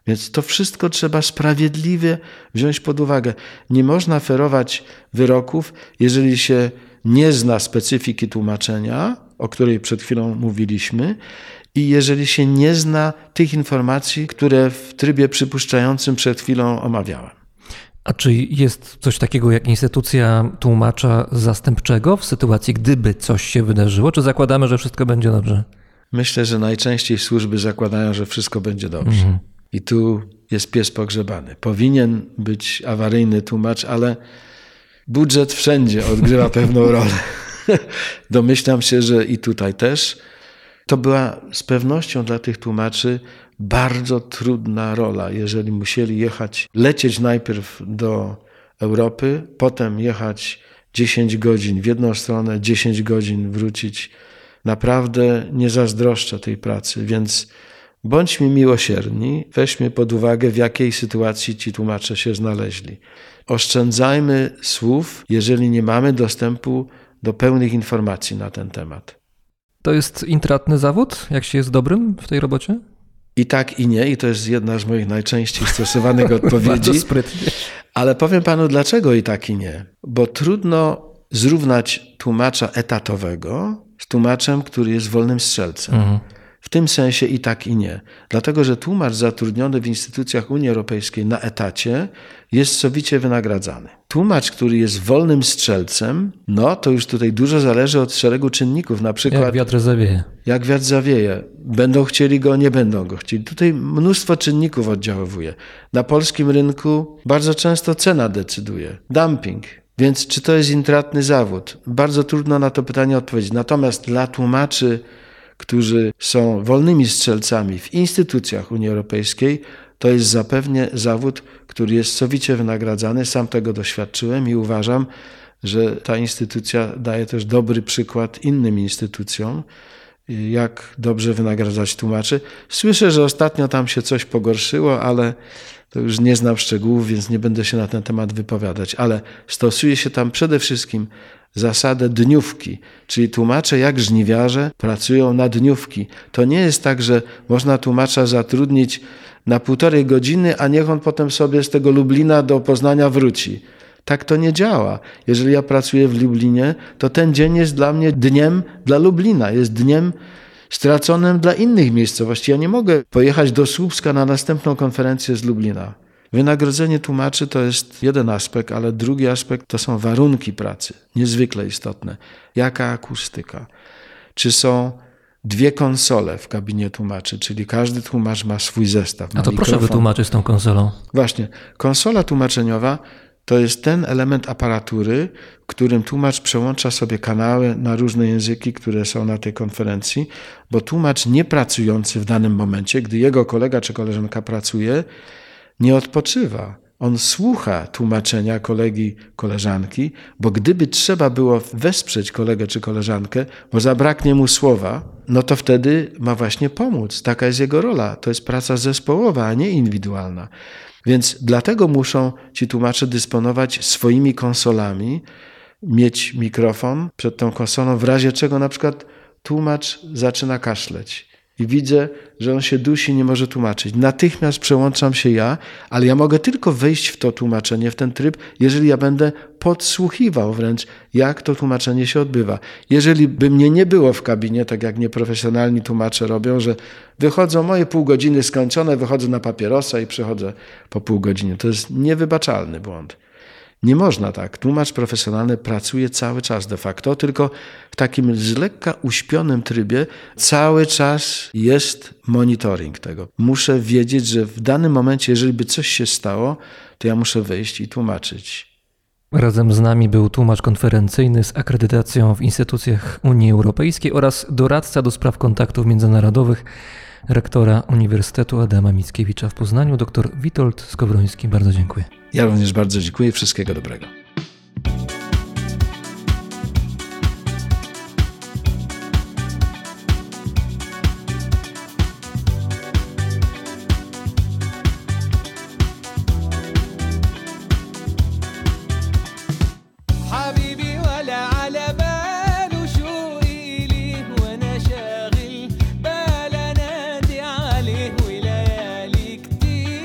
Więc to wszystko trzeba sprawiedliwie wziąć pod uwagę. Nie można ferować wyroków, jeżeli się nie zna specyfiki tłumaczenia, o której przed chwilą mówiliśmy, i jeżeli się nie zna tych informacji, które w trybie przypuszczającym przed chwilą omawiałem. A czy jest coś takiego jak instytucja tłumacza zastępczego w sytuacji, gdyby coś się wydarzyło? Czy zakładamy, że wszystko będzie dobrze? Myślę, że najczęściej służby zakładają, że wszystko będzie dobrze. Mhm. I tu jest pies pogrzebany. Powinien być awaryjny tłumacz, ale budżet wszędzie odgrywa pewną rolę. Domyślam się, że i tutaj też. To była z pewnością dla tych tłumaczy bardzo trudna rola, jeżeli musieli jechać, lecieć najpierw do Europy, potem jechać dziesięć godzin w jedną stronę, dziesięć godzin wrócić. Naprawdę nie zazdroszczę tej pracy, więc bądźmy miłosierni, weźmy pod uwagę, w jakiej sytuacji ci tłumacze się znaleźli. Oszczędzajmy słów, jeżeli nie mamy dostępu do pełnych informacji na ten temat. To jest intratny zawód, jak się jest dobrym w tej robocie? I tak, i nie. I to jest jedna z moich najczęściej stosowanych odpowiedzi. Bardzo sprytnie. Ale powiem panu, dlaczego i tak, i nie. Bo trudno zrównać tłumacza etatowego z tłumaczem, który jest wolnym strzelcem. Mhm. W tym sensie i tak, i nie. Dlatego, że tłumacz zatrudniony w instytucjach Unii Europejskiej na etacie jest sowicie wynagradzany. Tłumacz, który jest wolnym strzelcem, no to już tutaj dużo zależy od szeregu czynników. Na przykład, jak wiatr zawieje. Jak wiatr zawieje. Będą chcieli go, nie będą go chcieli. Tutaj mnóstwo czynników oddziaływuje. Na polskim rynku bardzo często cena decyduje. Dumping. Więc czy to jest intratny zawód? Bardzo trudno na to pytanie odpowiedzieć. Natomiast dla tłumaczy, którzy są wolnymi strzelcami w instytucjach Unii Europejskiej, to jest zapewne zawód, który jest sowicie wynagradzany. Sam tego doświadczyłem i uważam, że ta instytucja daje też dobry przykład innym instytucjom, jak dobrze wynagradzać tłumaczy. Słyszę, że ostatnio tam się coś pogorszyło, ale to już nie znam szczegółów, więc nie będę się na ten temat wypowiadać. Ale stosuje się tam przede wszystkim zasadę dniówki, czyli tłumacze jak żniwiarze pracują na dniówki. To nie jest tak, że można tłumacza zatrudnić na półtorej godziny, a niech on potem sobie z tego Lublina do Poznania wróci. Tak to nie działa. Jeżeli ja pracuję w Lublinie, to ten dzień jest dla mnie dniem dla Lublina, jest dniem straconym dla innych miejscowości. Ja nie mogę pojechać do Słupska na następną konferencję z Lublina. Wynagrodzenie tłumaczy to jest jeden aspekt, ale drugi aspekt to są warunki pracy, niezwykle istotne. Jaka akustyka? Czy są dwie konsole w kabinie tłumaczy, czyli każdy tłumacz ma swój zestaw. Ma A to mikrofon. Proszę wytłumaczyć z tą konsolą. Właśnie. Konsola tłumaczeniowa to jest ten element aparatury, w którym tłumacz przełącza sobie kanały na różne języki, które są na tej konferencji, bo tłumacz nie pracujący w danym momencie, gdy jego kolega czy koleżanka pracuje, nie odpoczywa. On słucha tłumaczenia kolegi, koleżanki, bo gdyby trzeba było wesprzeć kolegę czy koleżankę, bo zabraknie mu słowa, no to wtedy ma właśnie pomóc. Taka jest jego rola. To jest praca zespołowa, a nie indywidualna. Więc dlatego muszą ci tłumacze dysponować swoimi konsolami, mieć mikrofon przed tą konsolą, w razie czego na przykład tłumacz zaczyna kaszleć. I widzę, że on się dusi, nie może tłumaczyć. Natychmiast przełączam się ja, ale ja mogę tylko wejść w to tłumaczenie, w ten tryb, jeżeli ja będę podsłuchiwał wręcz, jak to tłumaczenie się odbywa. Jeżeli by mnie nie było w kabinie, tak jak nieprofesjonalni tłumacze robią, że wychodzą moje pół godziny skończone, wychodzę na papierosa i przychodzę po pół godziny. To jest niewybaczalny błąd. Nie można tak. Tłumacz profesjonalny pracuje cały czas de facto, tylko w takim z lekka uśpionym trybie cały czas jest monitoring tego. Muszę wiedzieć, że w danym momencie, jeżeli by coś się stało, to ja muszę wyjść i tłumaczyć. Razem z nami był tłumacz konferencyjny z akredytacją w instytucjach Unii Europejskiej oraz doradca do spraw kontaktów międzynarodowych rektora Uniwersytetu Adama Mickiewicza w Poznaniu, dr Witold Skowroński. Bardzo dziękuję. Ja również bardzo dziękuję. Wszystkiego dobrego. وليالي كتير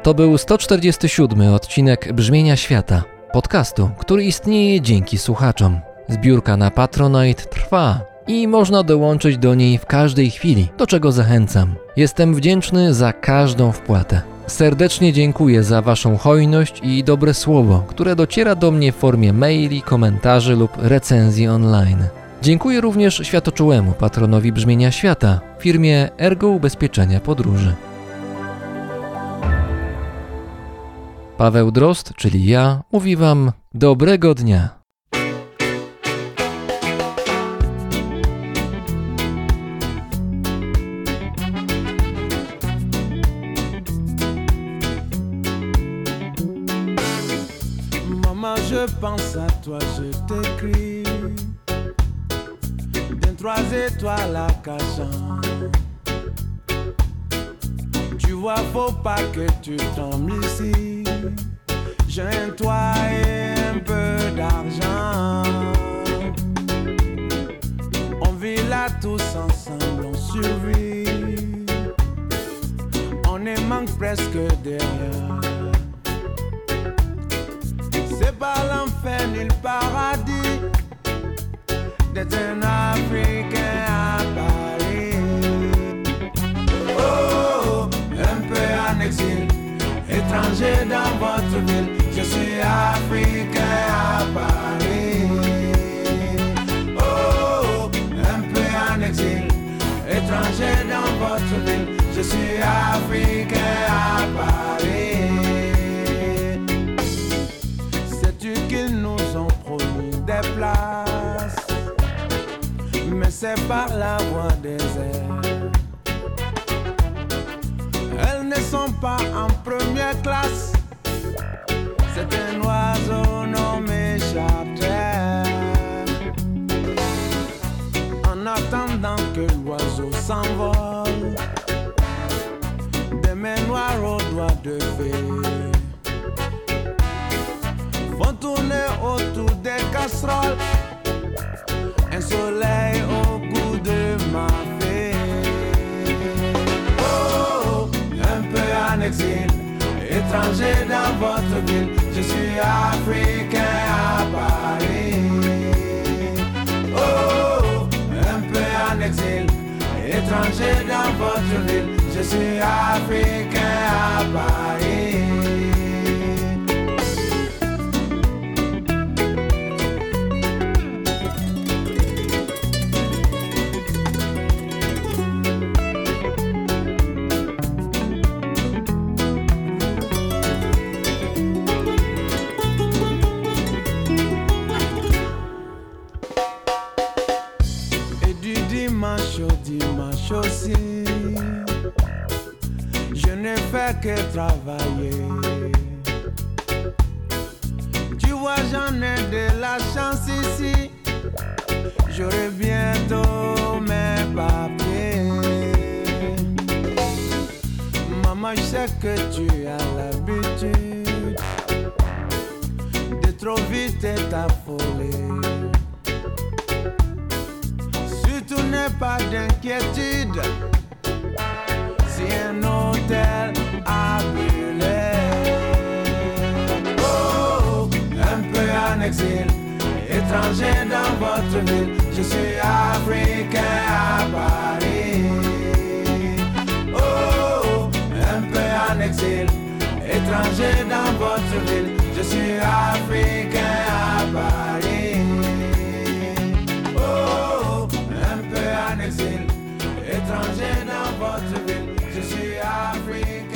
To był sto czterdziesty siódmy odcinek Brzmienia Świata, podcastu, który istnieje dzięki słuchaczom. Zbiórka na Patronite trwa i można dołączyć do niej w każdej chwili, do czego zachęcam. Jestem wdzięczny za każdą wpłatę. Serdecznie dziękuję za Waszą hojność i dobre słowo, które dociera do mnie w formie maili, komentarzy lub recenzji online. Dziękuję również światoczułemu patronowi Brzmienia Świata, firmie Ergo Ubezpieczenia Podróży. Paweł Drozd, czyli ja, mówi Wam dobrego dnia. Maman, je pense à toi, je t'écris d'un trois étoiles à Cachan. Tu vois, faut pas que tu tombes ici. J'ai un toit et un peu d'argent. On vit là tous ensemble, on survit. On ne manque presque de rien. C'est pas l'enfer ni le paradis d'être un Africain à Paris. Oh, un peu en exil, étranger dans votre ville. Je suis Africain à Paris. Oh, un peu en exil, étranger dans votre ville. Je suis Africain à Paris. Sais-tu qu'ils nous ont promis des places, mais c'est par la voie des airs. Elles ne sont pas en première classe. C'est un oiseau nommé charter. En attendant que l'oiseau s'envole, des mains noires aux doigts de fée font tourner autour des casseroles un soleil au goût de ma fée. Oh, un peu en exil, étranger dans votre ville. Je suis Africain à Paris. Oh, un peu en exil, étranger dans votre ville. Je suis Africain à Paris. Dimanche aussi, je ne fais que travailler. Tu vois, j'en ai de la chance ici. J'aurai bientôt mes papiers. Maman, je sais que tu as l'habitude de trop vite t'affoler. Surtout n'aie pas d'inquiétude si un hôtel a brûlé. Oh, un peu en exil, étranger dans votre ville. Je suis Africain à Paris. Oh, un peu en exil, étranger dans votre ville. Je suis Africain à Paris. Oh, un peu en exil, étranger dans votre ville. Je suis Africain.